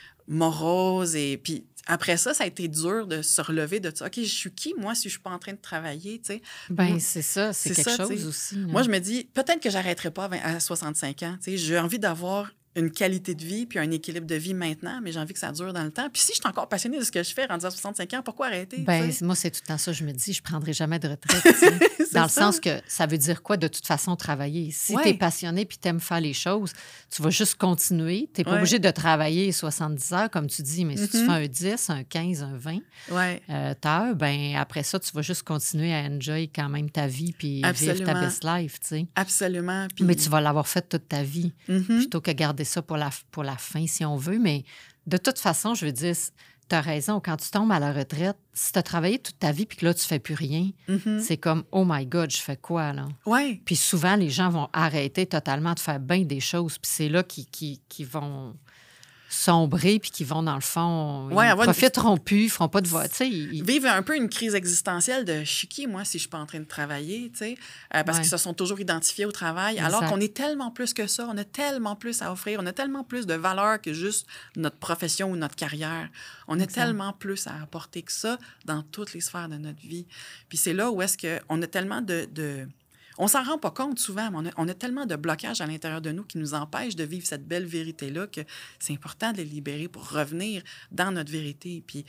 morose. Et puis après ça, ça a été dur de se relever de ça. OK, je suis qui, moi, si je suis pas en train de travailler, tu sais? Ben, Moi- c'est ça, c'est c'est quelque ça, tu chose sais. aussi. là. Moi, je me dis, peut-être que j'arrêterai pas à, vingt à soixante-cinq ans. Tu sais, j'ai envie d'avoir une qualité de vie puis un équilibre de vie maintenant, mais j'ai envie que ça dure dans le temps. Puis si je suis encore passionnée de ce que je fais rendu à soixante-cinq ans, pourquoi arrêter? Ben, tu sais? moi, c'est tout le temps ça. Je me dis, je prendrai jamais de retraite. tu sais. C'est Dans le ça. sens que ça veut dire quoi, de toute façon, travailler? Si Ouais. tu es passionné puis tu aimes faire les choses, tu vas juste continuer. Tu n'es pas Ouais. obligé de travailler soixante-dix heures, comme tu dis, mais si tu Mhm. fais un dix, un quinze, un vingt Ouais. euh, heures, ben après ça, tu vas juste continuer à enjoy quand même ta vie puis vivre ta Absolument. best life, tu sais. Absolument. Puis... Mais tu vas l'avoir fait toute ta vie, Mhm. plutôt que garder ça pour la, pour la fin, si on veut. Mais de toute façon, je veux dire, tu as raison, quand tu tombes à la retraite, si tu as travaillé toute ta vie puis que là, tu fais plus rien, Mhm. c'est comme, oh my God, je fais quoi, là? Ouais. Puis souvent, les gens vont arrêter totalement de faire bien des choses, puis c'est là qu'ils qui, qui vont sombrer, puis qui vont, dans le fond, Ouais, ils avoir une- profiteront plus, ils feront pas de voix. Tu sais, ils- Vivre un peu une crise existentielle de « je suis qui, moi, si je suis pas en train de travailler », tu sais, euh, parce Ouais. qu'ils se sont toujours identifiés au travail, alors Exact. qu'on est tellement plus que ça, on a tellement plus à offrir, on a tellement plus de valeur que juste notre profession ou notre carrière. On a Exact. tellement plus à apporter que ça dans toutes les sphères de notre vie. Puis c'est là où est-ce qu'on a tellement de... de... On s'en rend pas compte souvent, mais on a, on a tellement de blocages à l'intérieur de nous qui nous empêchent de vivre cette belle vérité-là que c'est important de les libérer pour revenir dans notre vérité. Puis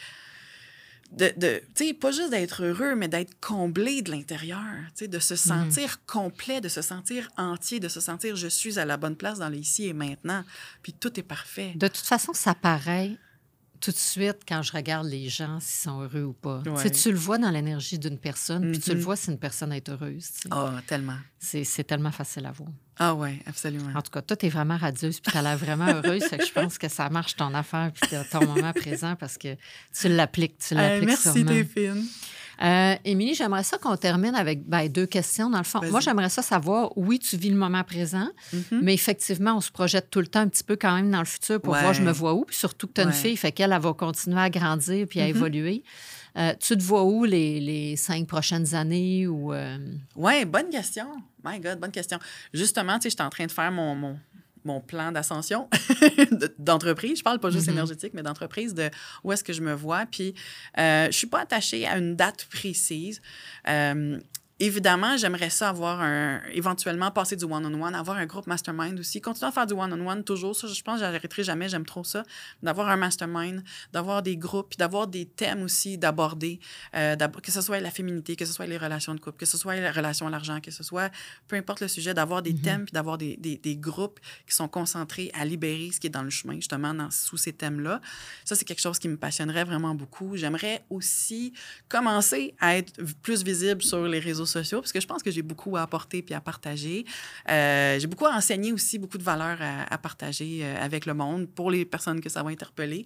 de, de tu sais, pas juste d'être heureux, mais d'être comblé de l'intérieur, tu sais, de se sentir complet, de se sentir entier, de se sentir je suis à la bonne place dans le ici et maintenant, puis tout est parfait. De toute façon, ça paraît tout de suite quand je regarde les gens s'ils sont heureux ou pas. Ouais. Tu sais, tu le vois dans l'énergie d'une personne, puis tu le Mhm. vois si une personne est heureuse. tu sais. Ah, tellement. C'est, c'est tellement facile à voir. Ah ouais, absolument. En tout cas, toi, t'es vraiment radieuse, puis t'as l'air vraiment heureuse. Fait que je pense que ça marche ton affaire, puis t'as ton moment présent, parce que tu l'appliques, tu Hey, l'appliques merci, sûrement. t'es fine. Euh, Émilie, j'aimerais ça qu'on termine avec ben, deux questions, dans le fond. Vas-y. Moi, j'aimerais ça savoir, oui, tu vis le moment présent, Mhm. mais effectivement, on se projette tout le temps un petit peu quand même dans le futur pour Ouais. voir je me vois où, puis surtout que tu as une Ouais. fille, fait qu'elle, elle va continuer à grandir puis à Mhm. évoluer. Euh, tu te vois où les, les cinq prochaines années ou... euh, Oui, bonne question. My God, bonne question. Justement, tu sais, j'étais en train de faire mon, mon, mon plan d'ascension de- d'entreprise. Je parle pas juste Mhm. énergétique, mais d'entreprise, de où est-ce que je me vois. Puis, euh, je suis pas attachée à une date précise. Euh, évidemment, j'aimerais ça avoir un... éventuellement passer du one-on-one, avoir un groupe mastermind aussi. Continuer à faire du one-on-one toujours. Ça, je pense que j'arrêterai jamais. J'aime trop ça. D'avoir un mastermind, d'avoir des groupes, puis d'avoir des thèmes aussi d'aborder. Euh, d'ab... Que ce soit la féminité, que ce soit les relations de couple, que ce soit la relation à l'argent, que ce soit... Peu importe le sujet, d'avoir des mm-hmm. thèmes, puis d'avoir des, des, des groupes qui sont concentrés à libérer ce qui est dans le chemin, justement, dans, sous ces thèmes-là. Ça, c'est quelque chose qui me passionnerait vraiment beaucoup. J'aimerais aussi commencer à être plus visible sur les réseaux sociaux, parce que je pense que j'ai beaucoup à apporter puis à partager. Euh, j'ai beaucoup à enseigner aussi, beaucoup de valeurs à, à partager euh, avec le monde pour les personnes que ça va interpeller.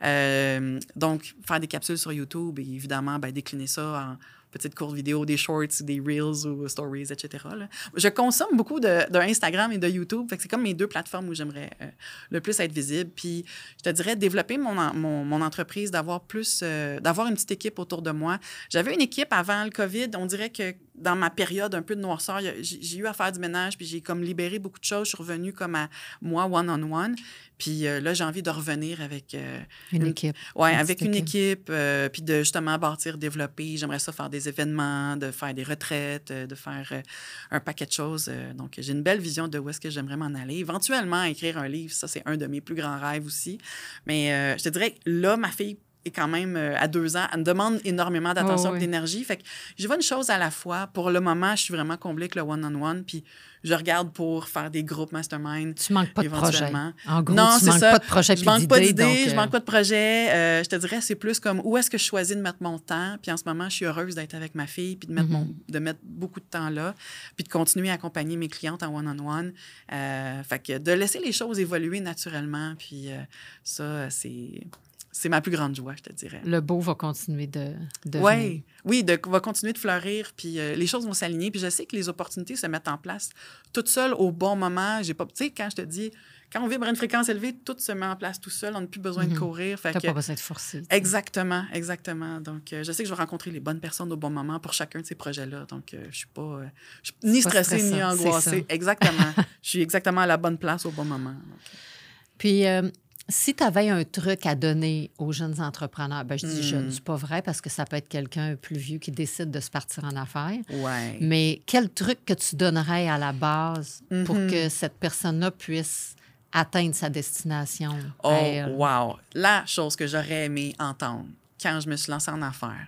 Euh, donc, faire des capsules sur YouTube et évidemment, ben, décliner ça en petites courtes vidéos, des shorts, des reels ou stories, et cetera. Là. Je consomme beaucoup de, de Instagram et de YouTube. Fait que c'est comme mes deux plateformes où j'aimerais euh, le plus être visible. Puis, je te dirais, développer mon, mon, mon entreprise, d'avoir plus, euh, d'avoir une petite équipe autour de moi. J'avais une équipe avant le COVID. On dirait que dans ma période un peu de noirceur, j'ai, j'ai eu à faire du ménage, puis j'ai comme libéré beaucoup de choses. Je suis revenue comme à moi, one-on-one. Puis euh, là, j'ai envie de revenir avec... Euh, une, une équipe. Oui, avec une équipe, euh, puis de justement bâtir, développer. J'aimerais ça faire des événements, de faire des retraites, de faire euh, un paquet de choses. Euh, donc, j'ai une belle vision de où est-ce que j'aimerais m'en aller. Éventuellement, écrire un livre, ça, c'est un de mes plus grands rêves aussi. Mais euh, je te dirais que là, ma fille est quand même euh, à deux ans. Elle me demande énormément d'attention oh, et oui. d'énergie. Fait que je vois une chose à la fois. Pour le moment, je suis vraiment comblée avec le one-on-one, puis je regarde pour faire des groupes mastermind. Tu manques pas de projet. En gros, non, tu manques ça. pas de projet Je manque pas d'idées, donc, je manque pas de projet. Euh, je te dirais, c'est plus comme où est-ce que je choisis de mettre mon temps. Puis en ce moment, je suis heureuse d'être avec ma fille, puis de mettre, mm-hmm. mon, de mettre beaucoup de temps là, puis de continuer à accompagner mes clientes en one-on-one. Euh, fait que de laisser les choses évoluer naturellement, puis euh, ça, c'est... C'est ma plus grande joie, je te dirais. Le beau va continuer de, de ouais, venir. Oui, de, va continuer de fleurir, puis euh, les choses vont s'aligner. Puis je sais que les opportunités se mettent en place toutes seules au bon moment. J'ai pas, tu sais, quand je te dis, quand on vibre à une fréquence élevée, tout se met en place tout seul. On n'a plus besoin mm-hmm. de courir. Fait T'as que, pas besoin de forcer. Exactement, exactement. Donc, euh, je sais que je vais rencontrer les bonnes personnes au bon moment pour chacun de ces projets-là. Donc, euh, je suis pas, euh, je suis ni stressée stressant, ni angoissée. Exactement. Je suis exactement à la bonne place au bon moment. Donc. Puis... Euh, si tu avais un truc à donner aux jeunes entrepreneurs, ben je dis mm. jeunes, c'est pas vrai parce que ça peut être quelqu'un plus vieux qui décide de se partir en affaires. Ouais. Mais quel truc que tu donnerais à la base mm-hmm. pour que cette personne-là puisse atteindre sa destination? Oh, wow! La chose que j'aurais aimé entendre quand je me suis lancée en affaires,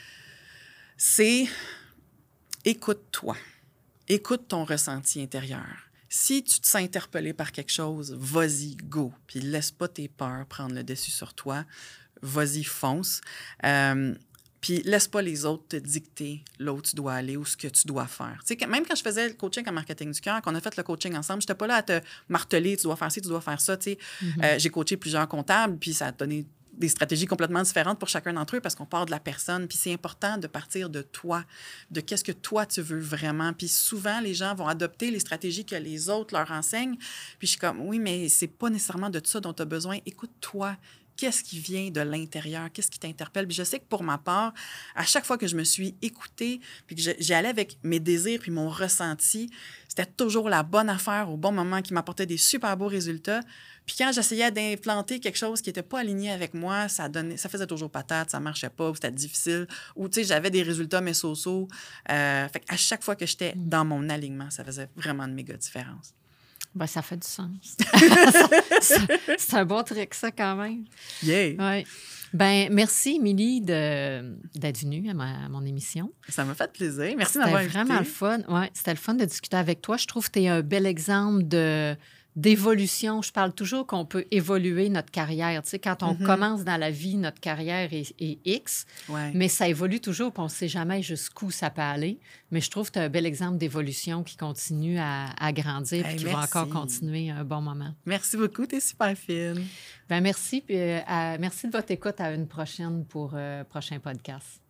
c'est écoute-toi. Écoute ton ressenti intérieur. Si tu te sens interpellé par quelque chose, vas-y, go. Puis laisse pas tes peurs prendre le dessus sur toi. Vas-y, fonce. Euh, puis laisse pas les autres te dicter là où tu dois aller ou ce que tu dois faire. Tu sais, même quand je faisais le coaching en marketing du cœur, qu'on a fait le coaching ensemble, j'étais pas là à te marteler, tu dois faire ci, tu dois faire ça. Tu sais. Mm-hmm. euh, j'ai coaché plusieurs comptables, puis ça a donné des stratégies complètement différentes pour chacun d'entre eux parce qu'on part de la personne. Puis c'est important de partir de toi, de qu'est-ce que toi, tu veux vraiment. Puis souvent, les gens vont adopter les stratégies que les autres leur enseignent. Puis je suis comme, oui, mais c'est pas nécessairement de ça dont tu as besoin. Écoute-toi. Qu'est-ce qui vient de l'intérieur? Qu'est-ce qui t'interpelle? Puis je sais que pour ma part, à chaque fois que je me suis écoutée, puis que j'y allais avec mes désirs puis mon ressenti, c'était toujours la bonne affaire au bon moment qui m'apportait des super beaux résultats. Puis quand j'essayais d'implanter quelque chose qui n'était pas aligné avec moi, ça donnait, ça faisait toujours patate, ça marchait pas, ou c'était difficile, ou tu sais, j'avais des résultats mais so-so. Euh, fait qu'à chaque fois que j'étais dans mon alignement, ça faisait vraiment une méga différence. Ben, ça fait du sens. c'est, c'est un bon truc, ça, quand même. Yeah! Ouais. Ben, merci, Émilie, de, d'être venue à, ma, à mon émission. Ça m'a fait plaisir. Merci c'était d'avoir invité. C'était vraiment le fun. Ouais, c'était le fun de discuter avec toi. Je trouve que tu es un bel exemple de... d'évolution. Je parle toujours qu'on peut évoluer notre carrière. Tu sais, quand on mm-hmm. commence dans la vie, notre carrière est, est X, ouais. mais ça évolue toujours, puis on ne sait jamais jusqu'où ça peut aller. Mais je trouve que tu as un bel exemple d'évolution qui continue à, à grandir et hey, qui merci. va encore continuer un bon moment. Merci beaucoup, tu es super fine. Ben merci, puis, euh, à, merci de votre écoute. À une prochaine pour euh, prochain podcast.